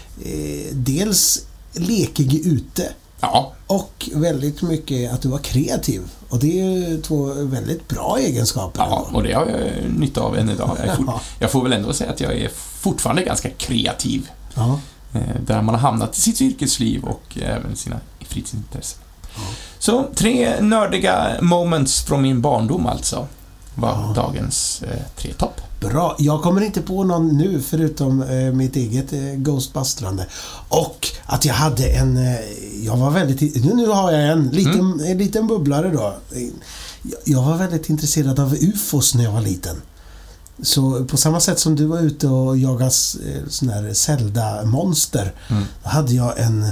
dels lekig ute. Ja. Och väldigt mycket att du var kreativ. Och det är ju 2 väldigt bra egenskaper. Ja, och det har jag nytta av än idag. Jag får väl ändå säga att jag är fortfarande ganska kreativ. Ja. Där man har hamnat i sitt yrkesliv och även sina fritidsintressen. Ja. Så 3 nördiga moments från min barndom alltså var dagens 3 topp. Bra, jag kommer inte på någon nu förutom mitt eget ghostbustrande. Och att jag hade jag var väldigt, nu har jag en liten bubblare då. Jag var väldigt intresserad av UFOs när jag var liten. Så på samma sätt som du var ute och jagade sån här Zelda-monster, då hade jag en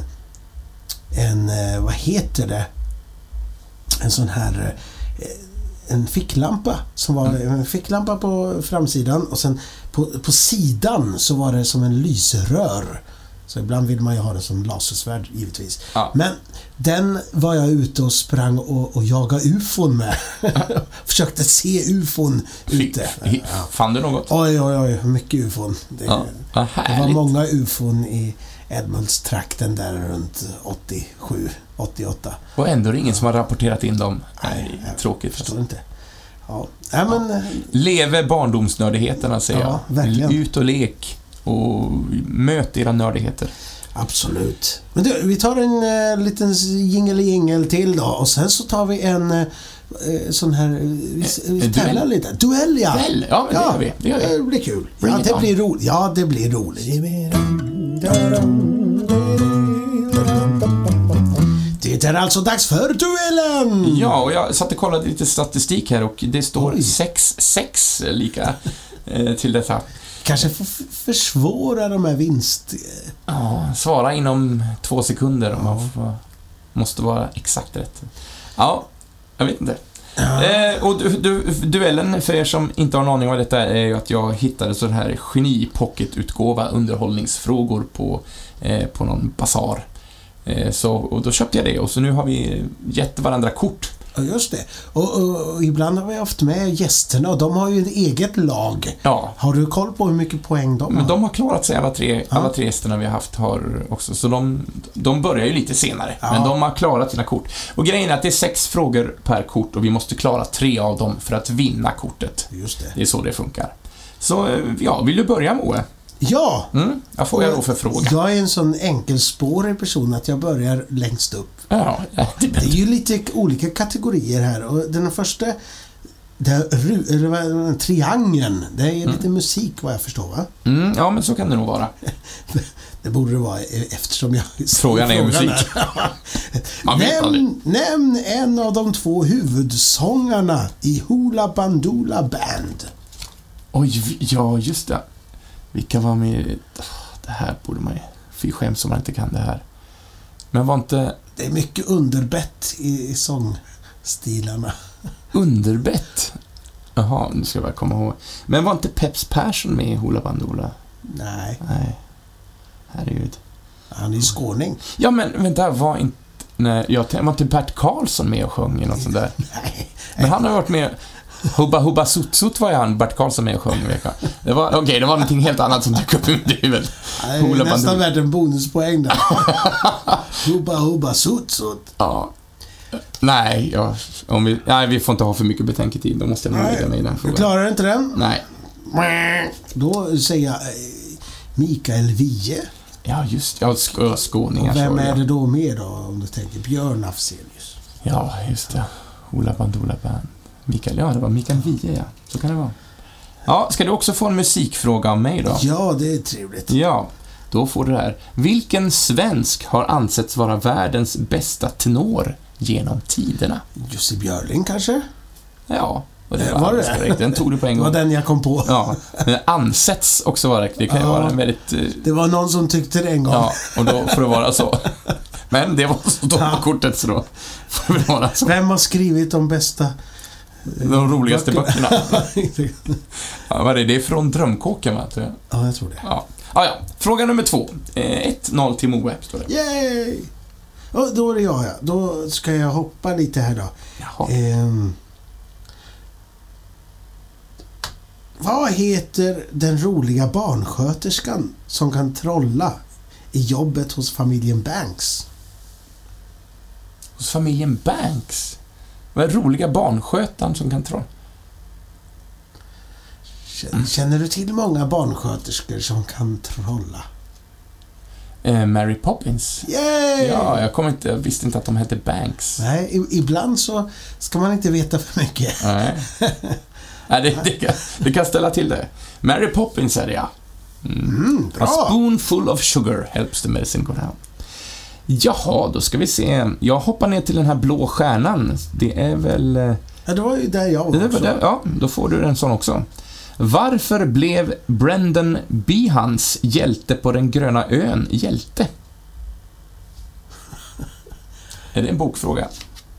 vad heter det? En sån här en ficklampa som var en ficklampa på framsidan och sen på sidan så var det som en lysrör. Så ibland vill man ju ha det som lasersvärd givetvis. Ja. Men den var jag ute och sprang och jagade UFOn med. Försökte se UFOn ute. Fann du något? Oj, mycket UFOn. Det var många UFOn i Älmhultstrakten där runt 87, 88. Och ändå är det ingen som har rapporterat in dem. Nej, tråkigt. Jag förstår inte. Ja. Men, leve barndomsnördigheterna, säger jag. Verkligen. Ut och lek och möt era nördigheter. Absolut. Men du, vi tar en liten jingel till då och sen så tar vi en sån här vi tävlar lite. Duell, ja. Ja, men det gör vi. Det blir kul. Det blir roligt. Ja, det blir roligt. Det är alltså dags för duellen! Ja, och jag satt och kollade lite statistik här och det står 6-6 lika till detta. Kanske försvåra de här vinst... Ja, svara inom 2 sekunder om man måste vara exakt rätt. Ja, jag vet inte. Och duellen, för er som inte har en aning om vad detta är ju att jag hittade så här geni-pocket-utgåva underhållningsfrågor på någon basar. Och då köpte jag det och så nu har vi gett varandra kort. Ja, just det. Och ibland har vi haft med gästerna och de har ju ett eget lag. Ja. Har du koll på hur mycket poäng de har? Men de har klarat sig alla tre gästerna vi har haft har också. Så de börjar ju lite senare. Ja. Men de har klarat sina kort. Och grejen är att det är 6 frågor per kort och vi måste klara 3 av dem för att vinna kortet. Just det. Det är så det funkar. Så vill du börja, Moe? Ja! Vad får jag då för fråga? Jag är en sån enkelspårig person att jag börjar längst upp. Ja, det är ju lite olika kategorier här. Och den första, triangeln, det är lite musik vad jag förstår, va? Ja, men så kan det nog vara. Det borde det vara eftersom jag... Frågan är musik. Nämn en av de 2 huvudsångarna i Hoola Bandoola Band. Oj, ja just det. Vilka var med? Det här borde man ju... Fy skäms om man inte kan det här. Men var inte... Det är mycket underbett i sångstilarna. Underbett? Jaha, nu ska jag bara komma ihåg. Men var inte Peps Persson med i Hoola Bandoola? Nej. Herregud. Han är ju skåning. Ja, men vänta, var inte... Nej, var inte Bert Karlsson med och sjöng i något sånt där? Nej. Men han har varit med... Hubba Hubba Sut Sut var han Bert Karlsson med och sjöng i veckan. Det var någonting helt annat som dök upp i mitt huvud. Nej, nästan värt en bonuspoäng där. Hubba Hubba Sut Sut. Ja. Nej, vi får inte ha för mycket betänketid. Då måste jag nog lägga mig i den frågan. Du klarar inte den? Nej. Då säger jag Mikael Wiehe. Ja, just skåningar. Och vem är det då med då, om du tänker Björn Afzelius? Ja, just det. Ola Band. Mikael, det var Mikael Wiehe, ja. Så kan det vara. Ja, ska du också få en musikfråga av mig då? Ja, det är trevligt. Ja, då får du det här. Vilken svensk har ansetts vara världens bästa tenor genom tiderna? Jussi Björling kanske? Ja, och det var alldeles korrekt. Den tog du på en gång. Det var den jag kom på. Ja, men ansätts också vara det kan ju vara en väldigt... Det var någon som tyckte det en gång. Ja, och då får det vara så. Men det var så då på kortet, så då får det vara så. Vem har skrivit de bästa... De roligaste böckerna. Ja, vad är det? Det är från Drömkåken, va? Ja, jag tror det. Ja. Fråga nummer 2. 1-0 till Moe, står det. Yay! Och då är det jag. Då ska jag hoppa lite här då. Jaha. Vad heter den roliga barnsköterskan som kan trolla i jobbet hos familjen Banks? Hos familjen Banks? Vad är roliga barnskötaren som kan trolla? Känner du till många barnsköterskor som kan trolla? Mary Poppins. Yay! Ja, jag visste inte att de hette Banks. Nej, ibland så ska man inte veta för mycket. Nej. Nej, det kan ställa till det. Mary Poppins är det, ja. Bra. A spoonful of sugar helps the medicine go down. Jaha, då ska vi se. Jag hoppar ner till den här blå stjärnan. Det är väl... Ja, det var ju där jag var också. Ja, då får du en sån också. Varför blev Brendan Behans hjälte på den gröna ön hjälte? Är det en bokfråga?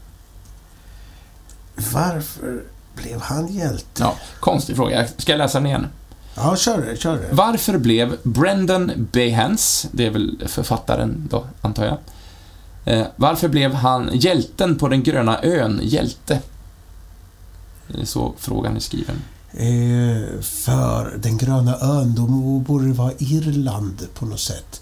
Varför blev han hjälte? Ja, konstig fråga. Ska jag läsa den igen? Ja, kör det. Varför blev Brendan Behans, det är väl författaren då, antar jag. Varför blev han hjälten på den gröna ön hjälte? Det är så frågan är skriven. För den gröna ön, då borde det vara Irland på något sätt.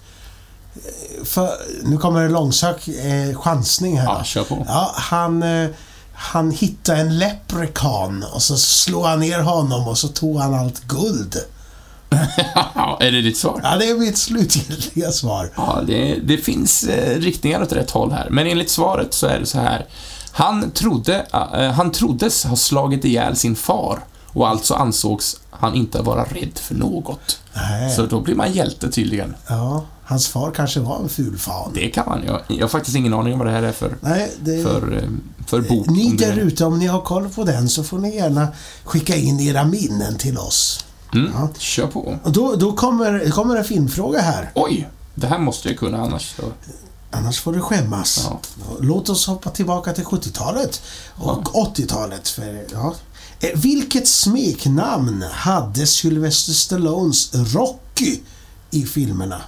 Nu kommer det långsök chansning här. Ja, kör på. Ja, han hittade en leprekan och så slog han ner honom och så tog han allt guld. Är det ditt svar? Ja, det är mitt slutgiltiga svar. Ja, det finns riktningar åt rätt håll här. Men enligt svaret så är det så här. Han troddes ha slagit ihjäl sin far och alltså ansågs han inte vara rädd för något. Nej. Så då blir man hjälte tydligen. Ja, hans far kanske var en ful fan. Det kan man. Jag har faktiskt ingen aning om vad det här är för, för bok. Ni där ute, om ni har koll på den så får ni gärna skicka in era minnen till oss. Ja. Kör på. Och då kommer en filmfråga här. Oj, det här måste jag kunna annars. Annars får du skämmas. Ja. Låt oss hoppa tillbaka till 70-talet och 80-talet. För, vilket smeknamn hade Sylvester Stallones Rocky i filmerna?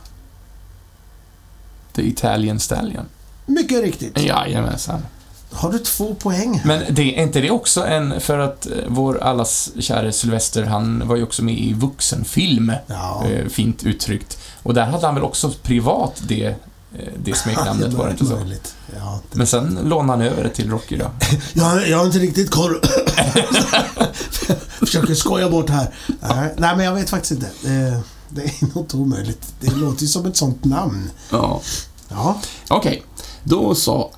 The Italian Stallion. Mycket riktigt. Jajamensan. Har du 2 poäng? Men är inte det också för att vår allas kära Sylvester, han var ju också med i vuxenfilm, fint uttryckt. Och där hade han väl också privat det smeknamnet, var det inte så? Ja, Men sen lånade han över det till Rocky då. Jag har inte riktigt koll. Försöker skoja bort här. Nej, men jag vet faktiskt inte. Det är något omöjligt. Det låter ju som ett sånt namn. Ja. Okej. Då så,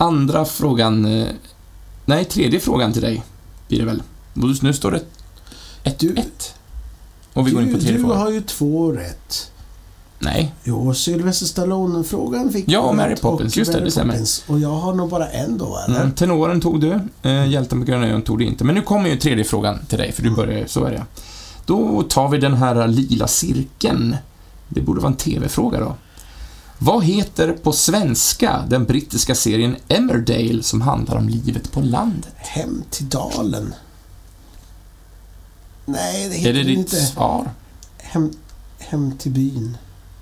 tredje frågan till dig blir det väl. Nu står det 1-1. Och vi går in på tredje frågan. Du har ju 2 rätt. Nej. Jo, Sylvester Stallone-frågan fick ja, Mary Poppins, just det stämmer. Och jag har nog bara en då, eller? Tenoren tog du, hjälten på gröna ön tog du inte. Men nu kommer ju tredje frågan till dig, för du börjar, så är det. Då tar vi den här lila cirkeln. Det borde vara en tv-fråga då. Vad heter på svenska den brittiska serien Emmerdale som handlar om livet på landet? Hem till dalen. Nej, det heter det inte. Är det ditt svar? Hem till byn.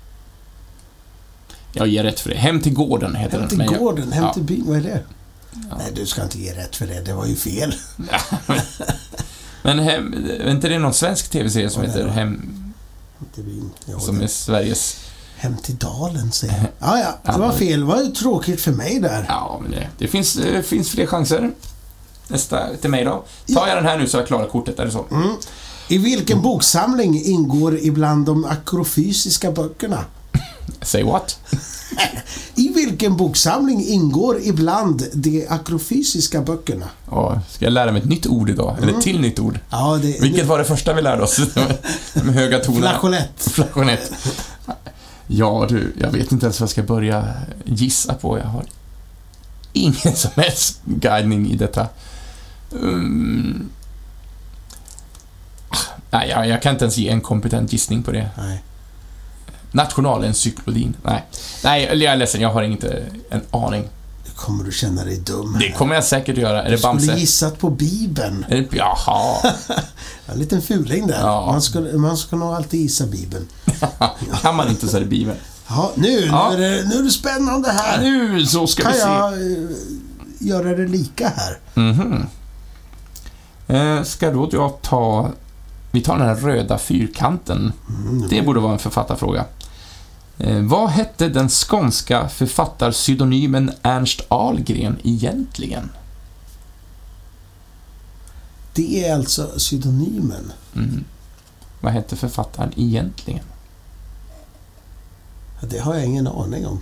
Jag ger rätt för det. Hem till gården heter den. Hem till gården, hem till byn, vad är det? Ja. Nej, du ska inte ge rätt för det. Det var ju fel. Men är inte det någon svensk tv-serie som heter Hem... Som är Sveriges... Hem till dalen, säger jag. Ja, det var fel. Det var ju tråkigt för mig där. Ja, men det finns fler chanser. Nästa till mig då. Tar jag den här nu så jag klarar kortet, är det så? I vilken boksamling ingår ibland de akrofysiska böckerna? Say what? I vilken boksamling ingår ibland de akrofysiska böckerna? Ja, ska jag lära mig ett nytt ord idag? Eller ett till nytt ord? Ja, Vilket var det första vi lärde oss? Med höga toner. Flageolett. Ja, du, jag vet inte ens vad jag ska börja gissa på. Jag har ingen som helst guidning i detta. Nej, jag kan inte ens ge en kompetent gissning på det. Nej. Nationalencyklopedin. Nej, jag är ledsen, jag har inte en aning. Nu kommer du känna dig dum. Det kommer jag säkert göra. Är det Bamse? Du skulle gissat på Bibeln. Jaha. En liten fuling där. Ja. Man ska nog alltid gissa Bibeln. Kan man inte så är det Bibeln. Ja, nu är det spännande här. Ja, nu så ska vi se. Kan jag göra det lika här? Ska då jag ta... Vi tar den här röda fyrkanten. Det borde vara en författarfråga. Vad hette den skånska författarpseudonymen Ernst Ahlgren egentligen? Det är alltså pseudonymen. Vad hette författaren egentligen? Ja, det har jag ingen aning om.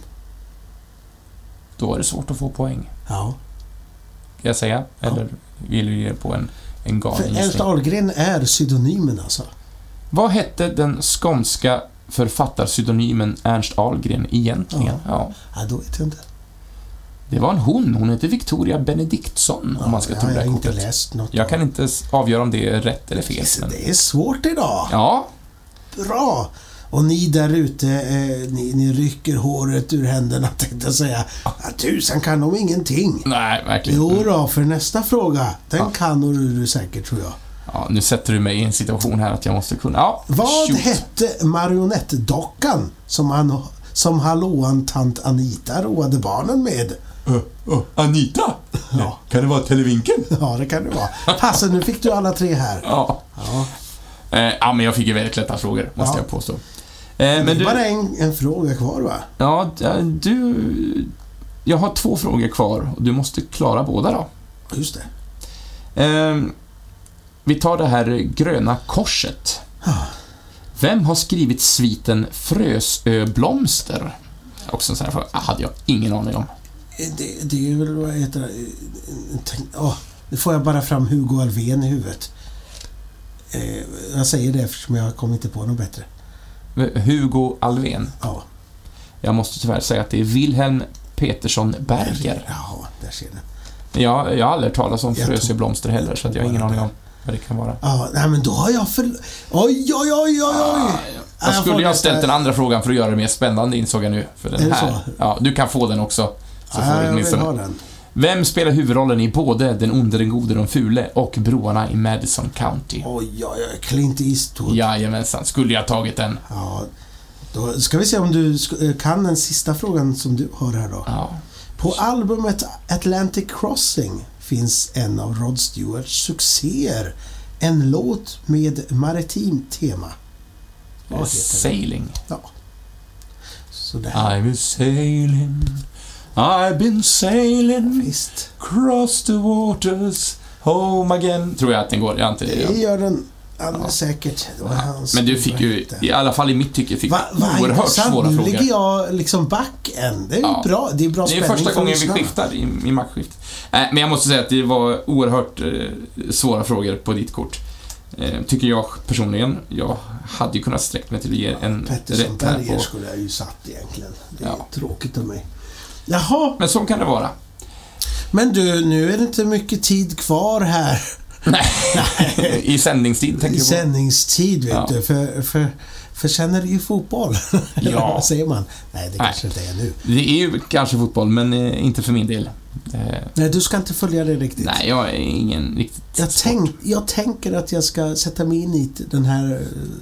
Då är det svårt att få poäng. Ja. Kan jag säga? Eller vill du ge på en galen gissning? Ernst Ahlgren är pseudonymen alltså. Vad hette den skånska författarpseudonymen Ernst Ahlgren egentligen? Ja, då vet jag inte. Det var hon heter Victoria Benediktsson, om man ska tro det här kortet. Inte läst något. Jag kan inte avgöra om det är rätt eller fel. Men... Det är svårt idag. Ja. Bra. Och ni där ute, ni rycker håret ur händerna, tänkte jag säga. Tusan kan de ingenting. Nej, verkligen. Jo då, för nästa fråga, den kan du säkert, tror jag. Ja, nu sätter du mig i en situation här att jag måste kunna... Ja, vad hette marionettdockan som hallåan tant Anita roade barnen med? Anita? Ja. Kan det vara Televinken? Ja, det kan det vara. Passa, nu fick du alla tre här. Ja. Men jag fick ju väldigt lätta frågor, måste jag påstå. Men det är bara en fråga kvar, va? Ja, jag har 2 frågor kvar och du måste klara båda då. Just det. Vi tar det här gröna korset. Vem har skrivit sviten Frösöblomster? Också en sån här fråga. Hade jag ingen aning om. Det är väl, vad heter det? Nu får jag bara fram Hugo Alfvén i huvudet. Jag säger det eftersom jag kommer inte på något bättre. Hugo Alfvén? Ja. Jag måste tyvärr säga att det är Wilhelm Petersson Berger. Ja, där ser den. Jag har aldrig talat om Frösöblomster heller, så att jag har ingen aning om vad det kan vara. Ja, nej, men då har jag Oj. Jag skulle ha ställt den andra frågan för att göra det mer spännande, insåg jag nu. För den här. Ja, du kan få den också. Så får jag vill ha den. Vem spelar huvudrollen i både Den onde, den gode, den fule och Broarna i Madison County? Oj, Clint Eastwood. Jajamensan, skulle jag tagit den. Ja, då ska vi se om du kan den sista frågan som du har här då. Ja. På albumet Atlantic Crossing finns en av Rod Stewarts succéer. En låt med maritimt tema. Sailing. Ja. Så där. I've been sailing. Visst. Cross the waters home again. Tror jag att den går. Det gör den alldeles säkert. Men du fick ju, i alla fall i mitt tycke, fick oerhört svåra frågor. Nu ligger jag liksom back än. Det är ju bra. Det är bra spänning. Det är första gången vi skiftar i matchskift. Men jag måste säga att det var oerhört svåra frågor på ditt kort. Tycker jag personligen. Jag hade ju kunnat sträcka mig till att ge en Pettersson rätt här Berger på. skulle jag ju satt egentligen. Det är tråkigt av mig. Jaha. Men så kan det vara. Men du, nu är det inte mycket tid kvar här. Nej. I sändningstid tänker jag på. I sändningstid, vet du. För sen är det ju fotboll. Ja. Vad säger man? Nej, det kanske inte är nu. Det är ju kanske fotboll, men inte för min del. Nej, du ska inte följa det riktigt. Nej, jag är ingen riktigt jag tänker att jag ska sätta mig in i den här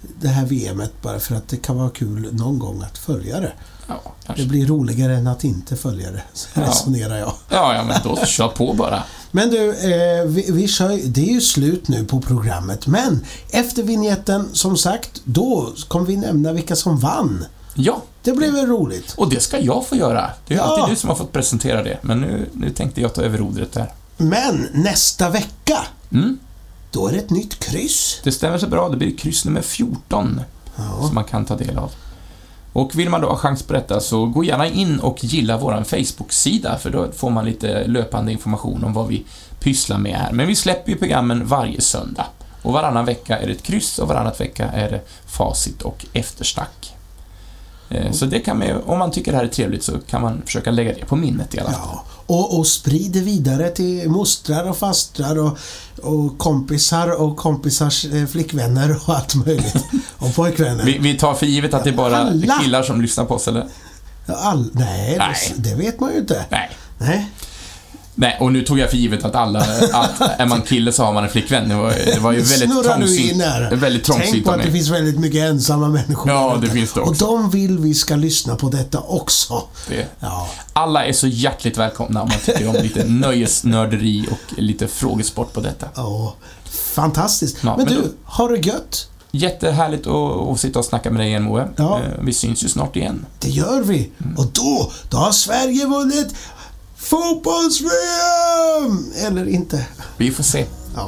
det här VMet bara för att det kan vara kul någon gång att följa det. Ja, det blir roligare än att inte följa det, så resonerar jag. Ja, men då kör på bara. Men du, vi kör, det är ju slut nu på programmet, men efter vignetten, som sagt, då kommer vi nämna vilka som vann. Ja. Det blev väl roligt. Och det ska jag få göra. Det är alltid du som har fått presentera det. Men nu tänkte jag ta över rodret där. Men nästa vecka, då är det ett nytt kryss. Det stämmer så bra. Det blir kryss nummer 14 som man kan ta del av. Och vill man då ha chans på detta, så gå gärna in och gilla våran Facebook-sida, för då får man lite löpande information om vad vi pysslar med här. Men vi släpper ju programmen varje söndag. Och varannan vecka är det ett kryss och varannat vecka är det facit och eftersnack. Så det kan man, om man tycker det här är trevligt, så kan man försöka lägga det på minnet i alla fall. Ja, och sprida det vidare till mostrar och fastrar och kompisar och kompisars flickvänner och allt möjligt. Och pojkvänner. Vi tar för givet att det är bara killar som lyssnar på oss, eller? Nej. Det vet man ju inte. Nej, och nu tog jag för givet att är man kille så har man en flickvän. Det var ju väldigt trångsynt. Tänk på att det finns väldigt mycket ensamma människor. Ja, det finns det också. Och de vill vi ska lyssna på detta också. Alla är så hjärtligt välkomna om man tycker om lite nöjesnörderi och lite frågesport på detta. Ja, fantastiskt. Men du, har det gött? Jättehärligt att sitta och snacka med dig igen, Moe. Ja. Vi syns ju snart igen. Det gör vi. Och då har Sverige vunnit fotbolls-VM! Eller inte. Vi får se. Ja.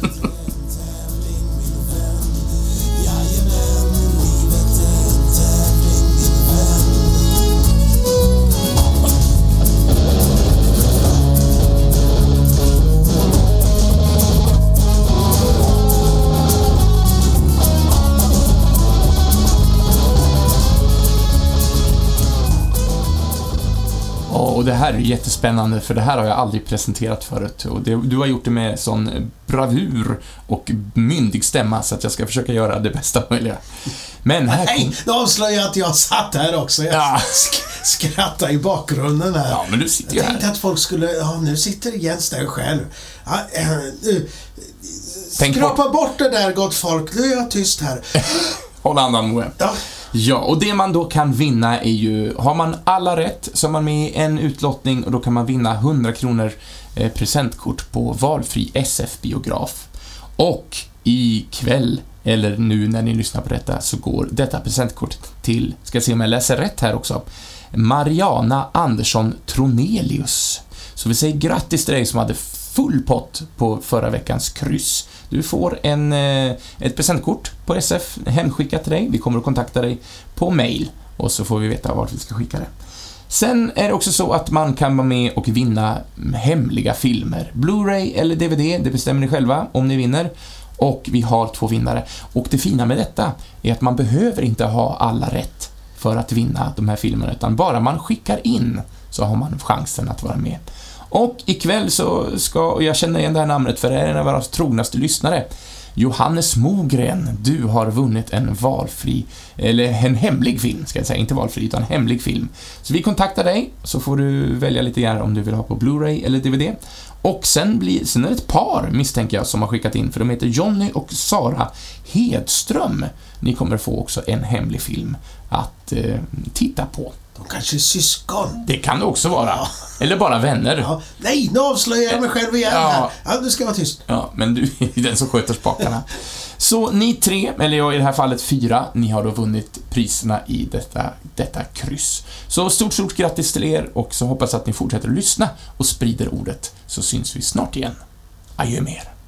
Och det här är jättespännande, för det här har jag aldrig presenterat förut. Och du har gjort det med sån bravur och myndig stämma, så att jag ska försöka göra det bästa möjliga. Men här nu avslöjar jag att jag satt här också. Jag skrattade i bakgrunden här. Ja, men du sitter jag tänkte här. Att folk skulle... Ja, nu sitter Jens där själv. Skrapa bort det där, gott folk. Nu är jag tyst här. Håll andan, Moe. Ja, och det man då kan vinna är ju, har man alla rätt så är man med i en utlottning, och då kan man vinna 100 kronor presentkort på valfri SF-biograf. Och ikväll, eller nu när ni lyssnar på detta, så går detta presentkort till, ska se om jag läser rätt här också, Mariana Andersson Tronelius. Så vi säger grattis till dig som hade full pott på förra veckans kryss. Du får ett presentkort på SF hemskickat till dig. Vi kommer att kontakta dig på mail, och så får vi veta vart vi ska skicka det. Sen är det också så att man kan vara med och vinna hemliga filmer. Blu-ray eller DVD, det bestämmer ni själva om ni vinner. Och vi har 2 vinnare. Och det fina med detta är att man behöver inte ha alla rätt för att vinna de här filmerna, utan bara man skickar in så har man chansen att vara med. Och ikväll så och jag känner igen det här namnet, för det är en av våra trognaste lyssnare, Johannes Mogren. Du har vunnit en valfri, eller en hemlig film ska jag säga, inte valfri utan hemlig film. Så vi kontaktar dig, så får du välja lite grann om du vill ha på Blu-ray eller DVD. Och sen är det ett par, misstänker jag, som har skickat in, för de heter Jonny och Sara Hedström. Ni kommer få också en hemlig film att titta på. De kanske är syskon. Det kan det också vara. Ja. Eller bara vänner. Ja. Nej, nu avslöjar jag mig själv igen här. Ja, du ska vara tyst. Ja, men du är den som sköter spakarna. Så ni 3, eller jag i det här fallet 4, ni har då vunnit priserna i detta kryss. Så stort grattis till er, och så hoppas att ni fortsätter att lyssna och sprider ordet. Så syns vi snart igen. Adjö med er.